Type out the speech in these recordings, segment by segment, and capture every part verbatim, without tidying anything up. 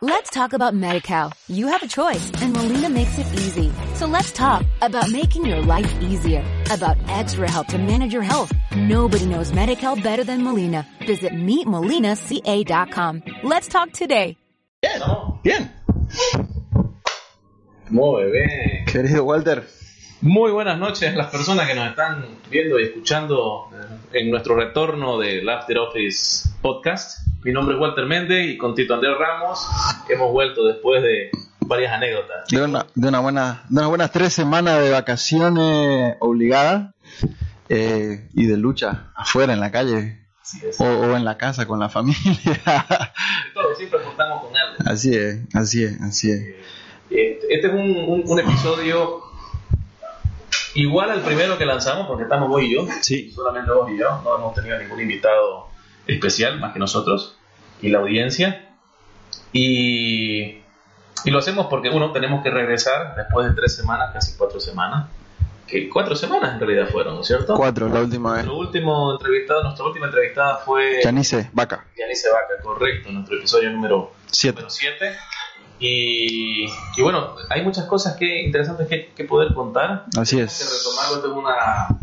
Let's talk about Medi-Cal. You have a choice, and Molina makes it easy. So let's talk about making your life easier, about extra help to manage your health. Nobody knows Medi-Cal better than Molina. Visit meet molina c a dot com. Let's talk today. Bien, bien. Muy bien. Querido Walter. Muy buenas noches a las personas que nos están viendo y escuchando en nuestro retorno del After Office Podcast. Mi nombre es Walter Méndez y con Tito Andrés Ramos hemos vuelto después de varias anécdotas. De, una, de, una buena, de unas buenas tres semanas de vacaciones obligadas eh, y de lucha afuera en la calle o, o en la casa con la familia. De todo, siempre contamos con algo. Así es, así es, así es. Eh, este es un, un, un episodio igual al primero que lanzamos porque estamos vos y yo. Sí. Solamente vos y yo, no hemos tenido ningún invitado especial más que nosotros y la audiencia, y, y lo hacemos porque uno tenemos que regresar después de tres semanas, casi cuatro semanas, que cuatro semanas en realidad fueron, ¿no es cierto? Cuatro, la última vez. Nuestro último entrevistado, nuestra última entrevistada fue Yanice Vaca. Yanice Vaca, correcto, nuestro episodio número siete. Número siete. Y, y bueno, hay muchas cosas que interesantes que, que poder contar. Así Tenemos es. que retomarlo, esto es una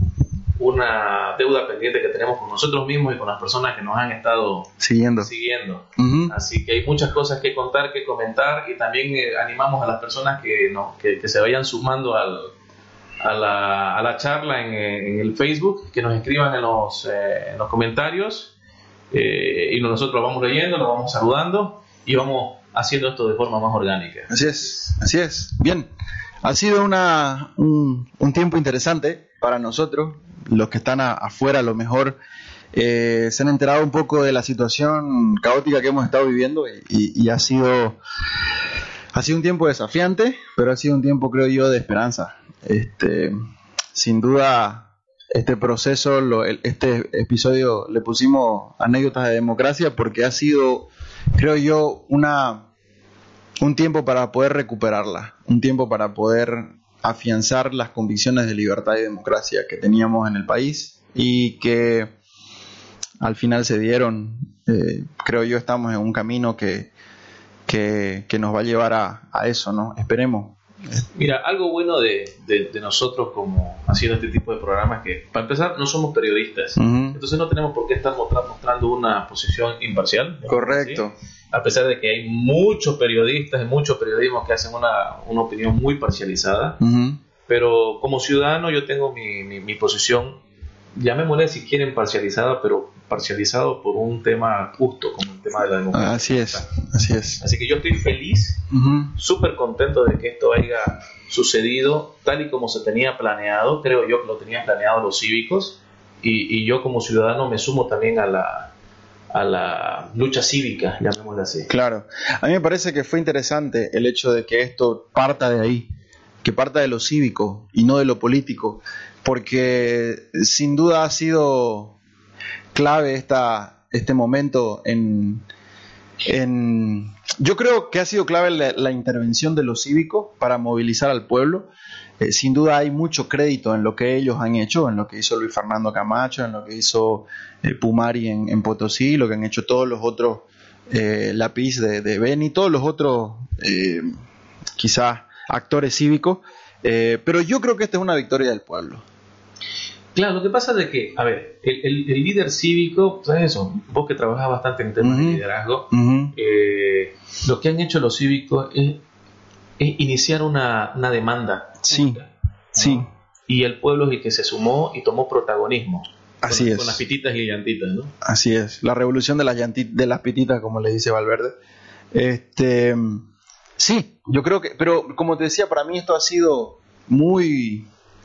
una deuda pendiente que tenemos con nosotros mismos y con las personas que nos han estado siguiendo. siguiendo. Uh-huh. Así que hay muchas cosas que contar, que comentar, y también eh, animamos a las personas que, no, que, que se vayan sumando al, a, la, a la charla en, en el Facebook, que nos escriban en los, eh, en los comentarios, eh, y nosotros lo vamos leyendo, lo vamos saludando y vamos haciendo esto de forma más orgánica. Así es, así es. Bien, ha sido una, un, un tiempo interesante para nosotros. Los que están a, afuera a lo mejor eh, se han enterado un poco de la situación caótica que hemos estado viviendo y, y, y ha sido ha sido un tiempo desafiante, pero ha sido un tiempo, creo yo, de esperanza. Este, sin duda, este proceso, lo, el, este episodio le pusimos anécdotas de democracia porque ha sido, creo yo, una un tiempo para poder recuperarla, un tiempo para poder afianzar las convicciones de libertad y democracia que teníamos en el país y que al final se dieron. Eh, creo yo estamos en un camino que, que, que nos va a llevar a, a eso, ¿no? Esperemos. Mira, algo bueno de, de, de nosotros como haciendo este tipo de programas que, para empezar, no somos periodistas, uh-huh. Entonces no tenemos por qué estar mostrando una posición imparcial. Correcto. ¿Sí? A pesar de que hay muchos periodistas y muchos periodismos que hacen una, una opinión muy parcializada, uh-huh. Pero como ciudadano yo tengo mi, mi, mi posición, llamémosle si quieren parcializada, pero parcializado por un tema justo como el tema de la democracia. Así es, así es. Así que yo estoy feliz, uh-huh. Súper contento de que esto haya sucedido tal y como se tenía planeado. Creo yo que lo tenían planeado los cívicos, y, y yo como ciudadano me sumo también a la a la lucha cívica, llamémosla así. Claro, a mí me parece que fue interesante el hecho de que esto parta de ahí, que parta de lo cívico y no de lo político, porque sin duda ha sido clave esta, este momento en, en... Yo creo que ha sido clave la, la intervención de los cívicos para movilizar al pueblo. Eh, sin duda hay mucho crédito en lo que ellos han hecho, en lo que hizo Luis Fernando Camacho, en lo que hizo eh, Pumari en, en Potosí, lo que han hecho todos los otros, eh, Lápiz de, de Beni, todos los otros eh, quizás actores cívicos, eh, pero yo creo que esta es una victoria del pueblo. Claro, lo que pasa es que, a ver, el, el, el líder cívico, ¿sabes eso? Vos que trabajas bastante en temas uh-huh. de liderazgo, uh-huh. eh, lo que han hecho los cívicos es es iniciar una, una demanda. Sí, única, ¿no? Sí. Y el pueblo es el que se sumó y tomó protagonismo. Así con, es. Con las pititas y llantitas, ¿no? Así es. La revolución de las, llanti- de las pititas, como le dice Valverde. Este, sí, yo creo que... Pero como te decía, para mí esto ha sido muy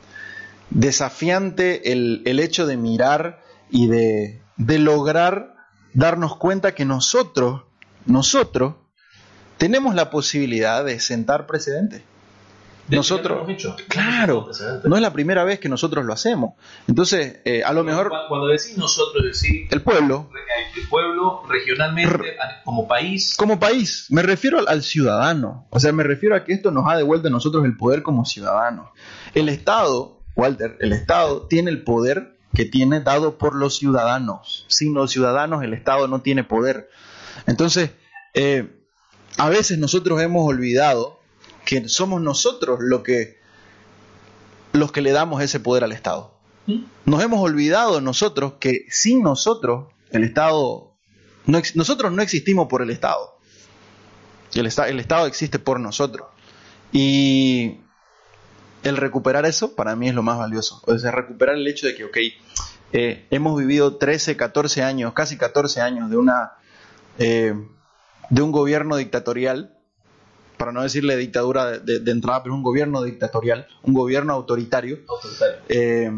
desafiante el, el hecho de mirar y de, de lograr darnos cuenta que nosotros, nosotros... tenemos la posibilidad de sentar precedentes. De nosotros, hemos hecho. claro, no es la primera vez que nosotros lo hacemos. Entonces, eh, a lo mejor... Cuando decís nosotros, decís... El pueblo. El pueblo, regionalmente, como país. Como país, me refiero al, al ciudadano. O sea, me refiero a que esto nos ha devuelto a nosotros el poder como ciudadanos. El Estado, Walter, el Estado tiene el poder que tiene dado por los ciudadanos. Sin los ciudadanos, el Estado no tiene poder. Entonces... Eh, a veces nosotros hemos olvidado que somos nosotros lo que, los que le damos ese poder al Estado. Nos hemos olvidado nosotros que sin nosotros el Estado, no, nosotros no existimos por el Estado. El, el Estado existe por nosotros. Y el recuperar eso para mí es lo más valioso. O sea, recuperar el hecho de que, ok, eh, hemos vivido trece, catorce años, casi catorce años de una eh, de un gobierno dictatorial, para no decirle dictadura de, de, de entrada, pero un gobierno dictatorial, un gobierno autoritario. autoritario. Eh,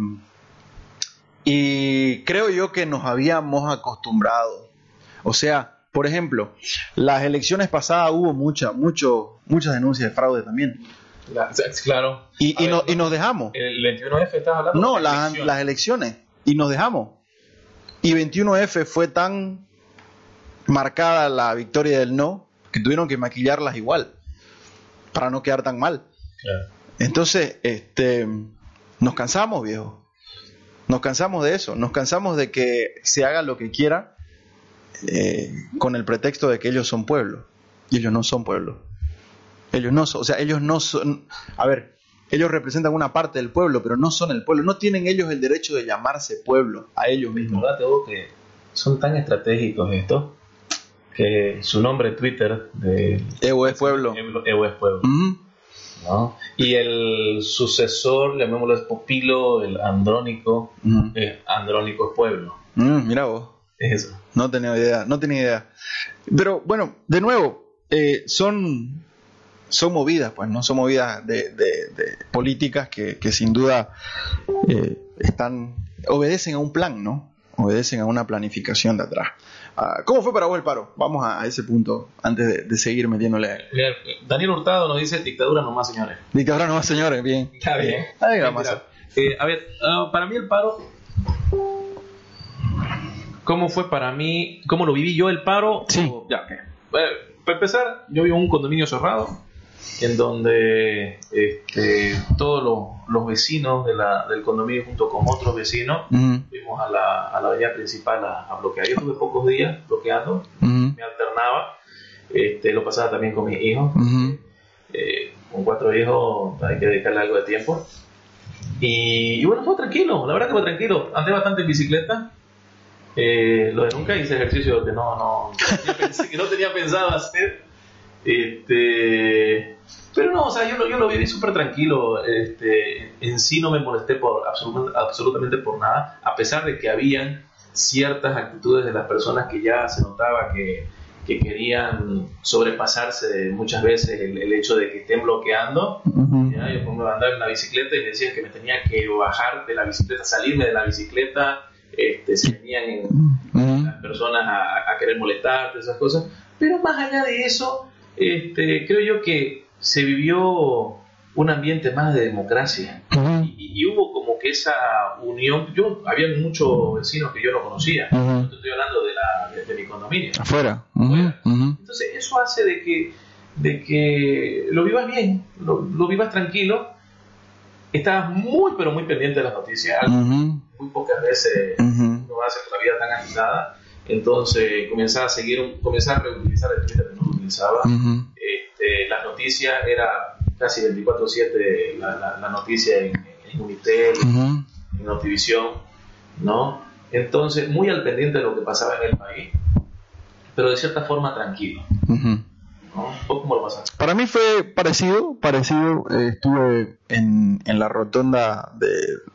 y creo yo que nos habíamos acostumbrado. O sea, por ejemplo, las elecciones pasadas hubo mucha, mucho, muchas denuncias de fraude también. La, claro. Y, y, ver, no, y nos dejamos. ¿El veintiuno efe estás hablando? No, de las elecciones. las elecciones. Y nos dejamos. Y veintiuno efe fue tan marcada la victoria del no que tuvieron que maquillarlas igual para no quedar tan mal. Claro. Entonces, este, nos cansamos, viejo. Nos cansamos de eso. Nos cansamos de que se haga lo que quiera eh, con el pretexto de que ellos son pueblo. Y ellos no son pueblo. Ellos no son, o sea, ellos no son, a ver, ellos representan una parte del pueblo, pero no son el pueblo. No tienen ellos el derecho de llamarse pueblo a ellos mismos. ¿Verdad, Teo, que son tan estratégicos estos que su nombre en Twitter de Evo es pueblo. Evo es pueblo. Uh-huh. ¿No? Y el sucesor, llamémoslo es Pupilo, el Andrónico, Uh-huh. eh, Andrónico es pueblo. Uh, mira vos. Es eso. No tenía idea, no tenía idea. Pero bueno, de nuevo, eh, son, son movidas, pues, ¿no? Son movidas de, de, de políticas que, que sin duda eh, están, obedecen a un plan, ¿no? Obedecen a una planificación de atrás. Uh, ¿Cómo fue para vos el paro? Vamos a, a ese punto antes de, de seguir metiéndole. Mira, Daniel Hurtado nos dice dictadura nomás, señores. Dictadura nomás, señores, bien. Está bien. Está bien, Bien, vamos a mira, eh, a ver, uh, para mí el paro, ¿cómo fue para mí? ¿Cómo lo viví yo el paro? Sí. O, ya, okay. Bueno, para empezar, yo vivo en un condominio cerrado, en donde este, todos los, los vecinos de la, del condominio junto con otros vecinos Uh-huh. fuimos a la, a la avenida principal a, a bloquear. Yo estuve pocos días bloqueando, Uh-huh. me alternaba, este, lo pasaba también con mis hijos. Uh-huh. Eh, con cuatro hijos hay que dedicarle algo de tiempo. Y, y bueno, fue tranquilo, la verdad que fue tranquilo. Andé bastante en bicicleta. Eh, lo de nunca hice ejercicio que no, no, no, tenía, pens- que no tenía pensado hacer. Este, pero no, o sea, yo lo, yo lo viví súper tranquilo. Este, en sí no me molesté por absolut- absolutamente por nada, a pesar de que habían ciertas actitudes de las personas que ya se notaba que, que querían sobrepasarse muchas veces el, el hecho de que estén bloqueando. Uh-huh. Ya, yo pongo a andar en la bicicleta y me decían que me tenía que bajar de la bicicleta, salirme de la bicicleta. Este, se venían en, Uh-huh. las personas a, a querer molestarte, esas cosas. Pero más allá de eso, este, creo yo que se vivió un ambiente más de democracia. Uh-huh. Y, y hubo como que esa unión. Yo había muchos vecinos que yo no conocía. Uh-huh. No te estoy hablando de, la, de, de mi condominio. Afuera. Uh-huh. Uh-huh. Entonces eso hace de que, de que lo vivas bien, lo, lo vivas tranquilo. Estabas muy pero muy pendiente de las noticias. Algo Uh-huh. muy pocas veces Uh-huh. no va a hacer la vida tan agitada. Entonces comenzaba a seguir un, comenzaba a reutilizar el Twitter que no utilizaba. Uh-huh. Este, las noticias era casi veinticuatro siete la, la, la noticia en, en Unitel, Uh-huh. en Notivisión, ¿no? Entonces muy al pendiente de lo que pasaba en el país, pero de cierta forma tranquilo, Uh-huh. ¿no? ¿Vos cómo lo pasaste? Para mí fue parecido, parecido. Eh, estuve en, en la rotonda de,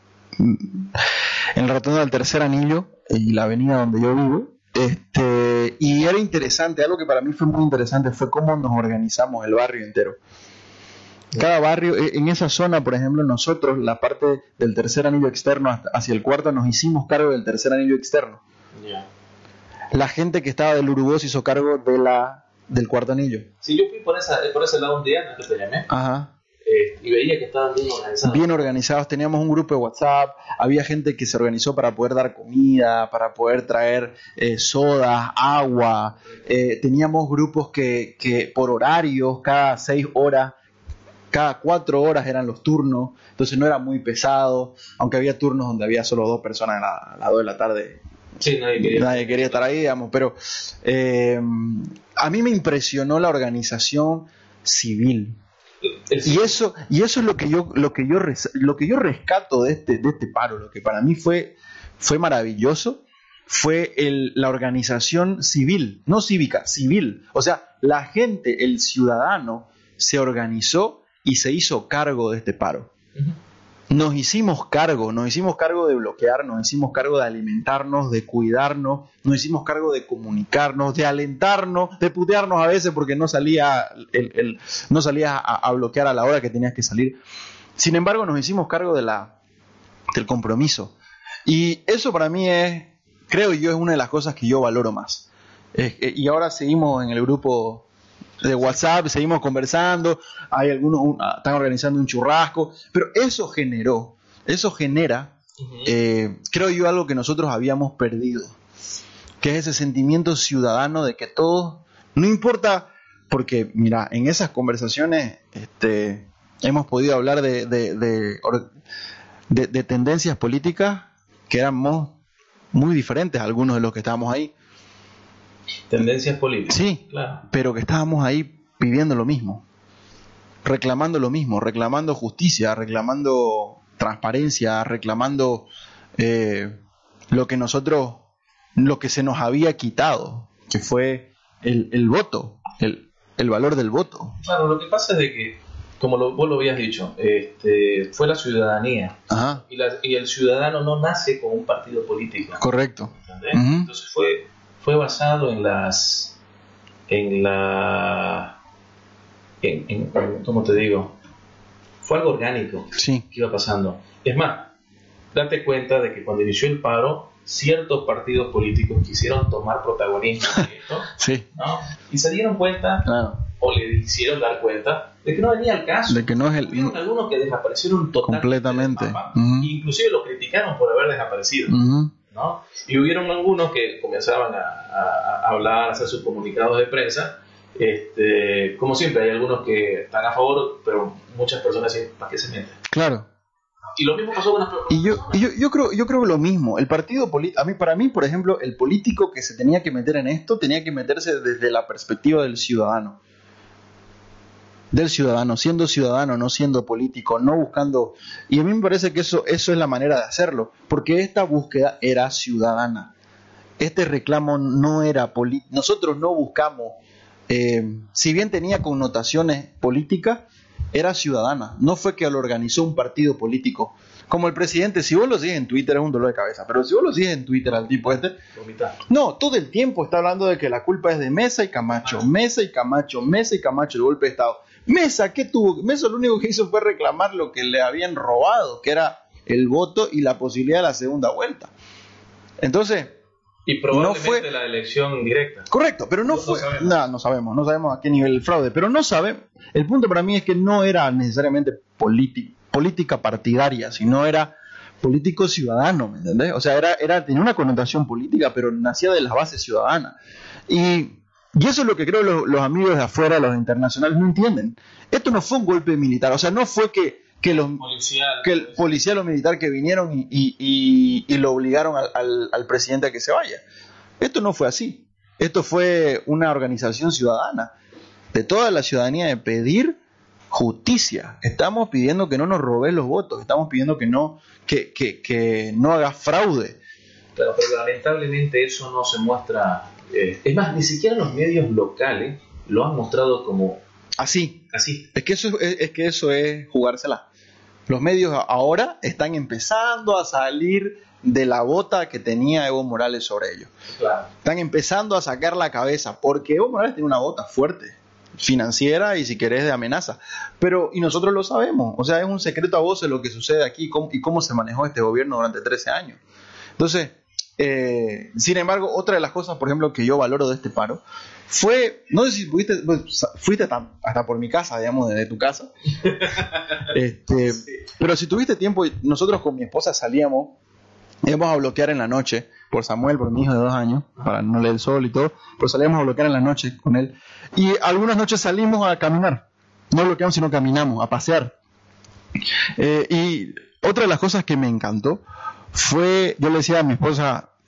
en la rotonda del Tercer Anillo y la avenida donde yo vivo. Este, y era interesante, algo que para mí fue muy interesante fue cómo nos organizamos el barrio entero. Cada barrio, eh, en esa zona, por ejemplo, nosotros, la parte del tercer anillo externo hasta- hacia el cuarto, nos hicimos cargo del tercer anillo externo. Yeah. La gente que estaba del Urubó se hizo cargo de la, del cuarto anillo. Sí, yo fui por, esa, por ese lado un día antes que te llamé, Ajá. eh, y veía que estaban bien organizados. Bien organizados, teníamos un grupo de WhatsApp, había gente que se organizó para poder dar comida, para poder traer eh, sodas, agua, eh, teníamos grupos que, que por horarios, cada seis horas, cada cuatro horas eran los turnos, entonces no era muy pesado, aunque había turnos donde había solo dos personas a, la- a las dos de la tarde Sí, nadie quería, nadie quería estar ahí, digamos, pero eh, a mí me impresionó la organización civil. Y eso, y eso es lo que yo, lo que yo, res, lo que yo rescato de este, de este paro, lo que para mí fue, fue maravilloso, fue el, la organización civil, no cívica, civil. O sea, la gente, el ciudadano, se organizó y se hizo cargo de este paro. Uh-huh. Nos hicimos cargo, nos hicimos cargo de bloquear, nos hicimos cargo de alimentarnos, de cuidarnos, nos hicimos cargo de comunicarnos, de alentarnos, de putearnos a veces porque no salía, el, el, no salías a, a bloquear a la hora que tenías que salir. Sin embargo, nos hicimos cargo de la, del compromiso. Y eso para mí es, creo yo, es una de las cosas que yo valoro más. Eh, eh, y ahora seguimos en el grupo de WhatsApp, seguimos conversando, hay algunos un, están organizando un churrasco, pero eso generó, eso genera, uh-huh. eh, creo yo, algo que nosotros habíamos perdido, que es ese sentimiento ciudadano de que todos, no importa, porque mira, en esas conversaciones este, hemos podido hablar de, de, de, de, de tendencias políticas que éramos muy diferentes a algunos de los que estábamos ahí. Tendencias políticas. Sí, claro. Pero que estábamos ahí pidiendo lo mismo, reclamando lo mismo, reclamando justicia, reclamando transparencia, reclamando eh, lo que nosotros, lo que se nos había quitado, que fue el, el voto, el, el valor del voto. Claro, lo que pasa es de que, como lo, vos lo habías dicho, este, fue la ciudadanía. Ajá. Y, la, y el ciudadano no nace con un partido político. Correcto. ¿Entendés? Uh-huh. Entonces fue... fue basado en las en la en, en, en ¿cómo te digo? Fue algo orgánico sí. que iba pasando. Es más, date cuenta de que cuando inició el paro, ciertos partidos políticos quisieron tomar protagonismo en esto, sí. ¿no? Y se dieron cuenta, claro. o le hicieron dar cuenta, de que no venía al caso. De que no es el... Hubieron algunos que desaparecieron totalmente. Completamente. Uh-huh. Inclusive lo criticaron por haber desaparecido. Uh-huh. ¿No? Y hubieron algunos que comenzaban a, a, a hablar, a hacer sus comunicados de prensa. Este, como siempre, hay algunos que están a favor, pero muchas personas dicen, ¿para qué se meten? Claro. Y lo mismo pasó con las personas. Y yo, y yo, yo creo, yo creo lo mismo. El partido político, a mí, para mí, por ejemplo, el político que se tenía que meter en esto tenía que meterse desde la perspectiva del ciudadano. Del ciudadano, siendo ciudadano, no siendo político, no buscando... Y a mí me parece que eso, eso es la manera de hacerlo, porque esta búsqueda era ciudadana. Este reclamo no era político. Nosotros no buscamos, eh, si bien tenía connotaciones políticas, era ciudadana. No fue que lo organizó un partido político. Como el presidente, si vos lo sigues en Twitter es un dolor de cabeza, pero si vos lo sigues en Twitter al tipo este... Vomita. No, todo el tiempo está hablando de que la culpa es de Mesa y Camacho, Mesa y Camacho, Mesa y Camacho, el golpe de Estado. Mesa, ¿qué tuvo? Mesa lo único que hizo fue reclamar lo que le habían robado, que era el voto y la posibilidad de la segunda vuelta. Entonces, y probablemente no fue la elección directa. Correcto, pero no, no fue. No sabemos. No, no sabemos, no sabemos a qué nivel el fraude, pero no sabemos. El punto para mí es que no era necesariamente política, política partidaria, sino era político ciudadano, ¿me entendés? O sea, era, era, tenía una connotación política, pero nacía de las bases ciudadanas. Y. Y eso es lo que creo los, los amigos de afuera, los internacionales, no entienden. Esto no fue un golpe militar, o sea, no fue que, que, los, policial, que el policía o militar que vinieron y, y, y, y lo obligaron al, al, al presidente a que se vaya. Esto no fue así. Esto fue una organización ciudadana, de toda la ciudadanía, de pedir justicia. Estamos pidiendo que no nos robes los votos, estamos pidiendo que no, que, que, que no hagas fraude. Claro, pero lamentablemente eso no se muestra... Eh, es más, ni siquiera los medios locales lo han mostrado como así. Así. Es que eso es, es que eso es jugársela. Los medios ahora están empezando a salir de la bota que tenía Evo Morales sobre ellos. Claro. Están empezando a sacar la cabeza, porque Evo Morales tiene una bota fuerte, financiera y si querés de amenaza. Pero, y nosotros lo sabemos, o sea, es un secreto a voces lo que sucede aquí cómo, y cómo se manejó este gobierno durante trece años. Entonces, Eh, sin embargo, otra de las cosas, por ejemplo, que yo valoro de este paro fue, no sé si fuiste, fuiste hasta, hasta por mi casa, digamos, desde tu casa, este, sí. Pero si tuviste tiempo, nosotros con mi esposa salíamos, íbamos a bloquear en la noche, por Samuel, por mi hijo de dos años, para no leer el sol y todo, pero salíamos a bloquear en la noche con él, y algunas noches salimos a caminar, no bloqueamos sino caminamos, a pasear, eh, y otra de las cosas que me encantó fue, yo le decía a mi esposa,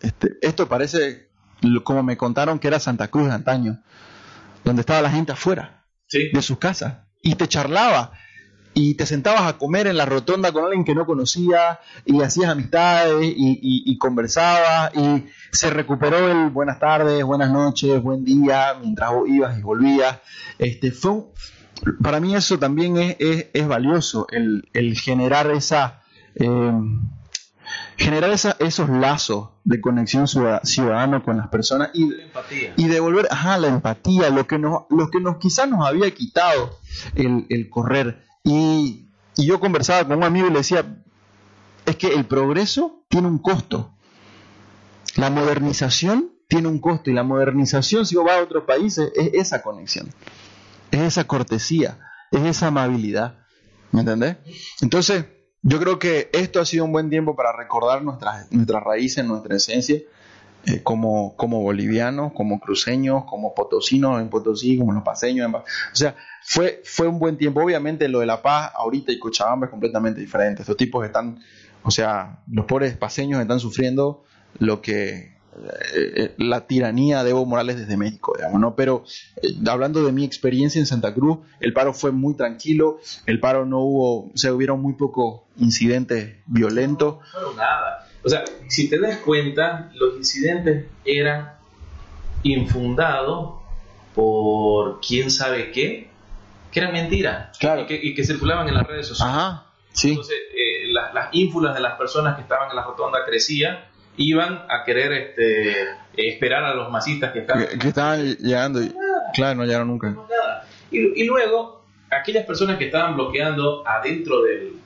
Este, esto parece como me contaron que era Santa Cruz de antaño, donde estaba la gente afuera, ¿sí?, de sus casas, y te charlaba, y te sentabas a comer en la rotonda con alguien que no conocía, y hacías amistades, y, y, y conversabas, y se recuperó el buenas tardes, buenas noches, buen día, mientras vos ibas y volvías. Este, fue un, para mí eso también es, es, es valioso, el, el generar esa... Eh, generar esa, esos lazos de conexión ciudadano con las personas y, y devolver, ajá, la empatía, lo que nos, lo que nos quizás nos había quitado el, el correr. Y, y yo conversaba con un amigo y le decía, es que el progreso tiene un costo, la modernización tiene un costo, y la modernización, si vos vas a otros países, es esa conexión, es esa cortesía, es esa amabilidad, ¿me entendés? Entonces yo creo que esto ha sido un buen tiempo para recordar nuestras, nuestras raíces, nuestra esencia, eh, como, como bolivianos, como cruceños, como potosinos en Potosí, como los paseños. En... O sea, fue, fue un buen tiempo. Obviamente lo de La Paz ahorita y Cochabamba es completamente diferente. Estos tipos están, o sea, los pobres paseños están sufriendo lo que... Eh, la tiranía de Evo Morales desde México, digamos, ¿no? Pero eh, hablando de mi experiencia en Santa Cruz, el paro fue muy tranquilo, el paro no hubo, o sea, hubieron muy pocos incidentes violentos. No, no, no, nada. O sea, si te das cuenta, los incidentes eran infundados por quién sabe qué, que eran mentiras, claro, y que, y que circulaban en las redes sociales. Ajá, sí. Entonces, eh, la, las ínfulas de las personas que estaban en la rotonda crecían, iban a querer este, esperar a los masistas que estaban, que, que estaban llegando y, nada, claro, no llegaron nunca. No, nada. Y, y luego, aquellas personas que estaban bloqueando adentro del,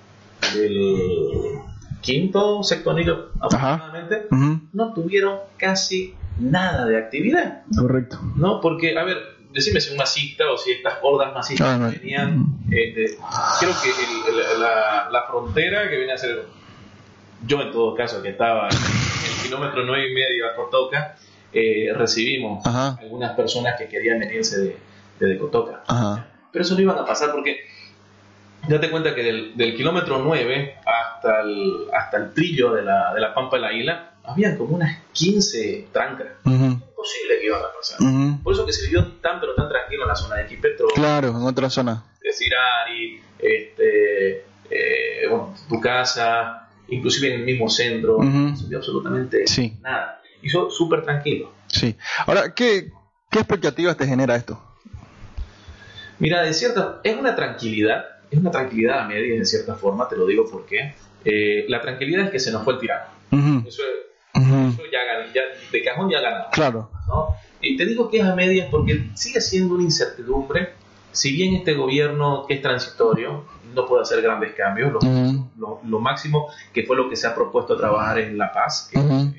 del quinto sexto anillo aproximadamente, uh-huh, no tuvieron casi nada de actividad. Correcto. ¿No? Porque, a ver, decime si un masista o si estas hordas masistas ah, no. venían, este, creo que el, el, la, la frontera que viene a ser... Yo, en todo caso, que estaba en el kilómetro nueve y medio a Cotoca, eh, recibimos Ajá. algunas personas que querían venirse de, de, de Cotoca. Ajá. Pero eso no iban a pasar porque, date cuenta que del, del kilómetro nueve hasta el, hasta el trillo de la, de la Pampa de la Isla, habían como unas quince trancas. Uh-huh. Imposible que iban a pasar. Uh-huh. Por eso que se vivió tan, pero tan tranquilo en la zona de Quipetro. Claro, en otra zona. De Sirari, este, eh, bueno, tu casa... inclusive en el mismo centro, uh-huh, no se vio absolutamente sí. nada. Hizo súper tranquilo. Sí. Ahora, ¿qué, ¿qué expectativas te genera esto? Mira, de cierta, es una tranquilidad, es una tranquilidad a medias de cierta forma, te lo digo porque eh, la tranquilidad es que se nos fue el tirano. Uh-huh. Eso, uh-huh. eso ya, ya de cajón ya ganamos. Claro. ¿No? Y te digo que es a medias porque sigue siendo una incertidumbre. Si bien este gobierno que es transitorio no puede hacer grandes cambios, lo, uh-huh. lo, lo máximo que fue lo que se ha propuesto trabajar en La Paz, que, uh-huh.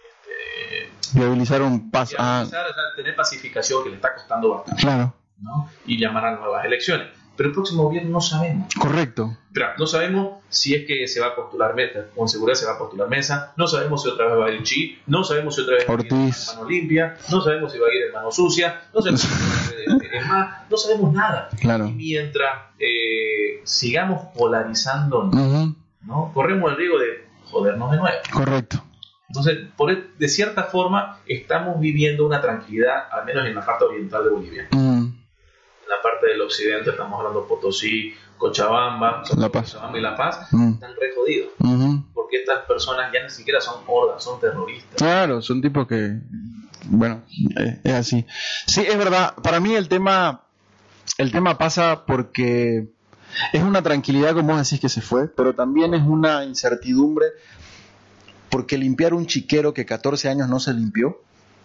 eh, este, viabilizar un paz, viabilizar, ah. tener pacificación, que le está costando bastante, claro, ¿no? Y llamar a nuevas elecciones. Pero el próximo gobierno no sabemos. Correcto. Pero no sabemos si es que se va a postular Mesa, con seguridad se va a postular Mesa, no sabemos si otra vez va a ir Chi, no sabemos si otra vez Ortiz. va a ir en mano limpia, no sabemos si va a ir en mano sucia, no sabemos si va a ir en más, no sabemos nada. Claro. Y mientras eh, sigamos polarizando, uh-huh. ¿no? Corremos el riesgo de jodernos de nuevo. Correcto. Entonces, por, de cierta forma, estamos viviendo una tranquilidad, al menos en la parte oriental de Bolivia. Uh-huh. En la parte del occidente estamos hablando de Potosí, Cochabamba, La Paz. Cochabamba y La Paz, uh-huh. están re jodidos. Uh-huh. Porque estas personas ya ni siquiera son hordas, son terroristas. Claro, son tipos que, bueno, es, es así. Sí, es verdad. Para mí el tema, el tema pasa porque es una tranquilidad, como vos decís, que se fue, pero también es una incertidumbre porque limpiar un chiquero que catorce años no se limpió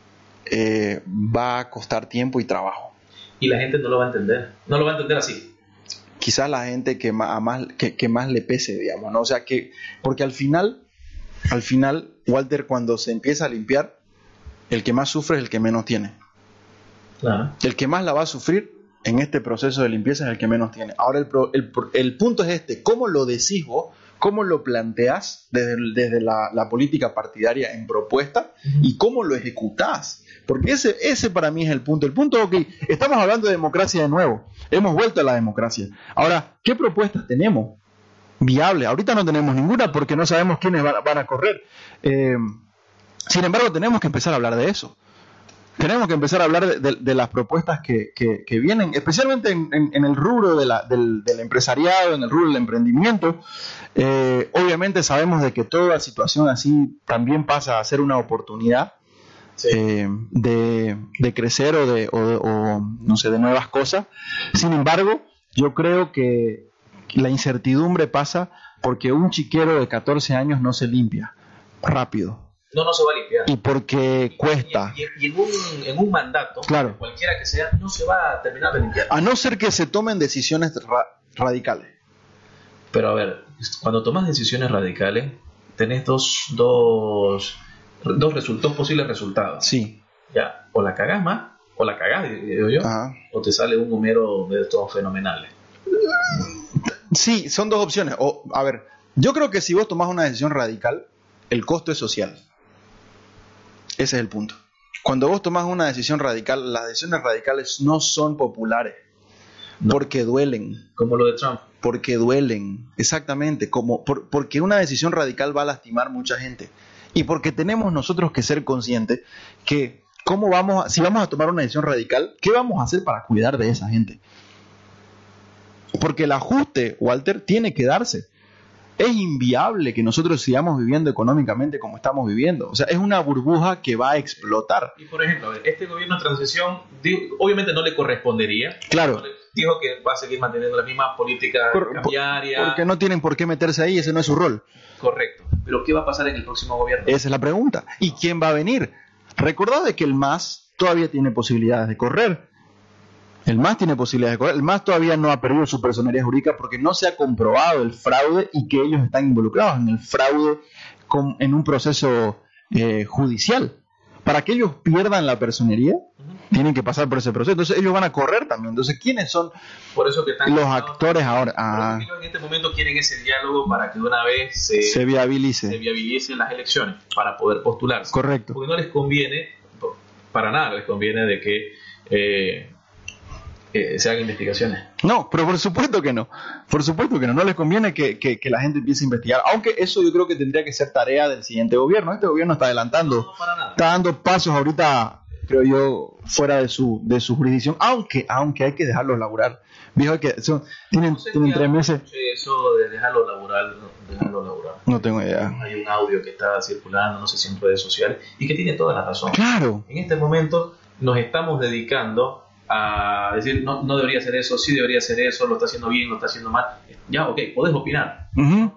eh, va a costar tiempo y trabajo. Y la gente no lo va a entender, no lo va a entender así. Quizás la gente que más, más, que, que más le pese, digamos, ¿no? O sea, que, porque al final, al final, Walter, cuando se empieza a limpiar, el que más sufre es el que menos tiene. Claro. El que más la va a sufrir en este proceso de limpieza es el que menos tiene. Ahora, el, el, el punto es este, ¿cómo lo decís vos? ¿Cómo lo planteás desde, desde la, la política partidaria en propuesta? Uh-huh. ¿Y cómo lo ejecutás? Porque ese, ese para mí es el punto. El punto es, ok, estamos hablando de democracia de nuevo. Hemos vuelto a la democracia. Ahora, ¿qué propuestas tenemos viables? Ahorita no tenemos ninguna porque no sabemos quiénes van, van a correr. Eh, Sin embargo, tenemos que empezar a hablar de eso. Tenemos que empezar a hablar de, de, de las propuestas que, que, que vienen, especialmente en, en, en el rubro de la, del, del empresariado, en el rubro del emprendimiento. Eh, obviamente sabemos de que toda situación así también pasa a ser una oportunidad sí. eh, de, de crecer o de, o, o, no sé, de nuevas cosas. Sin embargo, yo creo que la incertidumbre pasa porque un chiquero de catorce años no se limpia rápido. No, no se va a limpiar. Y porque cuesta. Y, y, y en, un, en un mandato, claro. cualquiera que sea, no se va a terminar de limpiar. A no ser que se tomen decisiones ra- radicales. Pero a ver, cuando tomas decisiones radicales, tenés dos, dos, dos, result- dos posibles resultados. Sí. Ya, o la cagás más, o la cagás, digo yo, Ajá. o te sale un Homero de estos fenomenales. Sí, son dos opciones. O, a ver, yo creo que si vos tomás una decisión radical, el costo es social. Ese es el punto. Cuando vos tomás una decisión radical, las decisiones radicales no son populares. No. Porque duelen. Como lo de Trump. Porque duelen, exactamente. Como por, porque una decisión radical va a lastimar mucha gente. Y porque tenemos nosotros que ser conscientes que cómo vamos a, si vamos a tomar una decisión radical, ¿qué vamos a hacer para cuidar de esa gente? Porque el ajuste, Walter, tiene que darse. Es inviable que nosotros sigamos viviendo económicamente como estamos viviendo. O sea, es una burbuja que va a explotar. Y por ejemplo, este gobierno de transición, digo, obviamente no le correspondería. Claro. No le, dijo que va a seguir manteniendo la misma política por, cambiaria. Porque no tienen por qué meterse ahí, ese no es su rol. Correcto. Pero ¿qué va a pasar en el próximo gobierno? Esa es la pregunta. ¿Y quién va a venir? Recordad de que el M A S todavía tiene posibilidades de correr. El M A S tiene posibilidades de correr. El M A S todavía no ha perdido su personería jurídica porque no se ha comprobado el fraude y que ellos están involucrados en el fraude con, en un proceso eh, judicial. Para que ellos pierdan la personería, uh-huh. tienen que pasar por ese proceso. Entonces ellos van a correr también. Entonces, ¿quiénes son por eso que están los actores ahora? Ah, por eso que en este momento quieren ese diálogo para que de una vez se, se viabilice. se viabilicen las elecciones para poder postularse. Correcto. Porque no les conviene, para nada les conviene de que... Eh, Eh, se hagan investigaciones. No, pero por supuesto que no. Por supuesto que no. No les conviene que, que, que la gente empiece a investigar. Aunque eso yo creo que tendría que ser tarea del siguiente gobierno. Este gobierno está adelantando. No, no, para nada. Está dando pasos ahorita, creo yo, fuera de su de su jurisdicción. Aunque aunque hay que dejarlos laburar. Viejo, que son, tienen, no sé tienen tres meses. Eso de dejarlo laburar, dejarlo laburar. No tengo idea. Hay un audio que está circulando, no sé si en redes sociales, y que tiene toda la razón. Claro. En este momento nos estamos dedicando a decir, no, no debería hacer eso, sí debería hacer eso, lo está haciendo bien, lo está haciendo mal. Ya, ok, podés opinar. Uh-huh.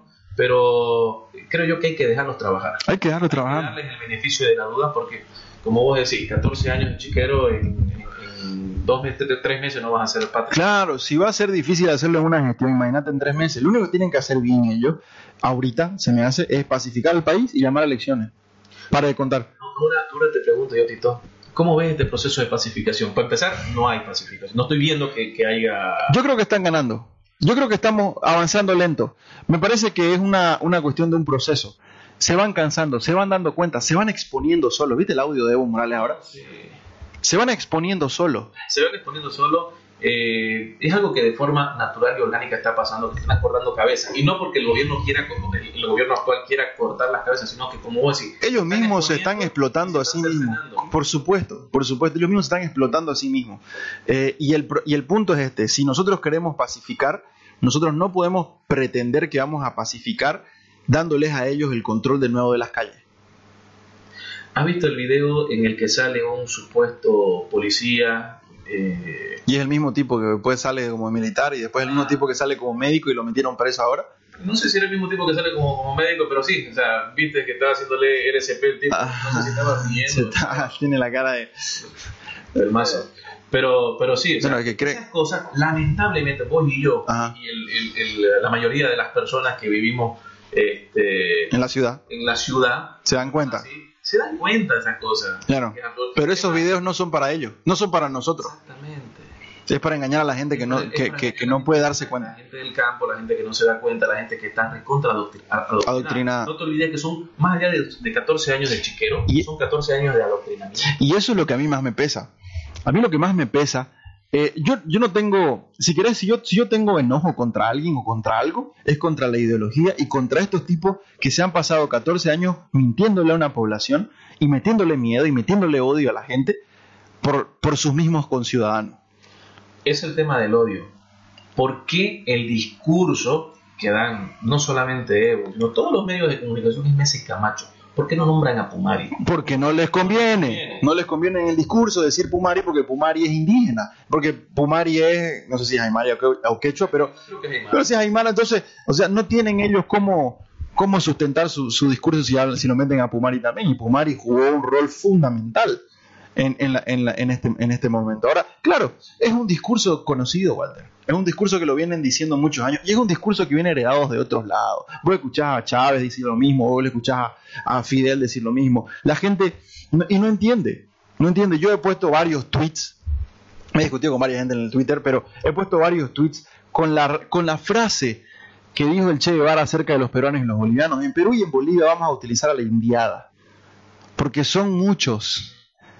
Pero creo yo que hay que dejarlos trabajar. Hay que dejarlos hay trabajar. Que darles el beneficio de la duda porque, como vos decís, catorce años de chiquero, en, en, en dos meses, tres meses no vas a ser patria. Claro, si va a ser difícil hacerlo en una gestión, imagínate en tres meses. Lo único que tienen que hacer bien ellos, ahorita, se me hace, es pacificar el país y llamar a elecciones. Para de contar. Ahora, ahora te pregunto yo, Tito, ¿cómo ves este proceso de pacificación? Para empezar, no hay pacificación. No estoy viendo que, que haya... Yo creo que están ganando. Yo creo que estamos avanzando lento. Me parece que es una, una cuestión de un proceso. Se van cansando, se van dando cuenta, se van exponiendo solos. ¿Viste el audio de Evo Morales ahora? Sí. Se van exponiendo solos. Se van exponiendo solos. Eh, es algo que de forma natural y orgánica está pasando, que están cortando cabezas. Y no porque el gobierno quiera, el, el gobierno actual quiera cortar las cabezas, sino que, como vos decís, ellos mismos se están explotando a sí mismos. Por supuesto, por supuesto, ellos mismos se están explotando a sí mismos. Eh, y, el, y el punto es este: si nosotros queremos pacificar, nosotros no podemos pretender que vamos a pacificar dándoles a ellos el control de nuevo de las calles. ¿Has visto el video en el que sale un supuesto policía? Eh... Y es el mismo tipo que después sale como militar y después el mismo tipo que sale como médico y lo metieron preso ahora. No sé si era el mismo tipo que sale como, como médico, pero sí, o sea, viste que estaba haciéndole R C P el tipo, ah, no sé si estaba siguiendo. Está, tiene la cara de... el mazo. Pero, pero sí, o sea, bueno, que cree... esas cosas, lamentablemente, vos y yo, Ajá. y el, el, el, la mayoría de las personas que vivimos este, en la ciudad, en la ciudad, se dan cuenta. Así, se dan cuenta de esas cosas. Claro. Pero esos videos no son para ellos, no son para nosotros. Exactamente. Es para engañar a la gente que no, que, que, que no puede darse cuenta. La gente del campo, la gente que no se da cuenta, la gente que está recontra adoctrinada. Adoctrinada. No te olvides que son más allá de, de catorce años de chiquero, y son catorce años de adoctrinamiento. Y eso es lo que a mí más me pesa. A mí lo que más me pesa Eh, yo, yo no tengo, si querés, si yo, si yo tengo enojo contra alguien o contra algo, es contra la ideología y contra estos tipos que se han pasado catorce años mintiéndole a una población y metiéndole miedo y metiéndole odio a la gente por, por sus mismos conciudadanos. Es el tema del odio. ¿Por qué el discurso que dan no solamente Evo, sino todos los medios de comunicación es Messi Camacho? ¿Por qué no nombran a Pumari? Porque no les conviene. No les conviene en el discurso decir Pumari porque Pumari es indígena. Porque Pumari es, no sé si es aymara o quechua, pero, Creo que es aymara. pero si es aymara, entonces, o sea, no tienen ellos cómo, cómo sustentar su, su discurso si, hablan, si lo meten a Pumari también. Y Pumari jugó un rol fundamental en, en, la, en, la, en, este, en este momento. Ahora, claro, es un discurso conocido, Walter. Es un discurso que lo vienen diciendo muchos años y es un discurso que viene heredado de otros lados. Vos escuchás a Chávez decir lo mismo, vos le escuchás a, a Fidel decir lo mismo. La gente, no, y no entiende, no entiende. Yo he puesto varios tweets, me he discutido con varias gente en el Twitter, pero he puesto varios tweets con la, con la frase que dijo el Che Guevara acerca de los peruanos y los bolivianos. En Perú y en Bolivia vamos a utilizar a la indiada, porque son muchos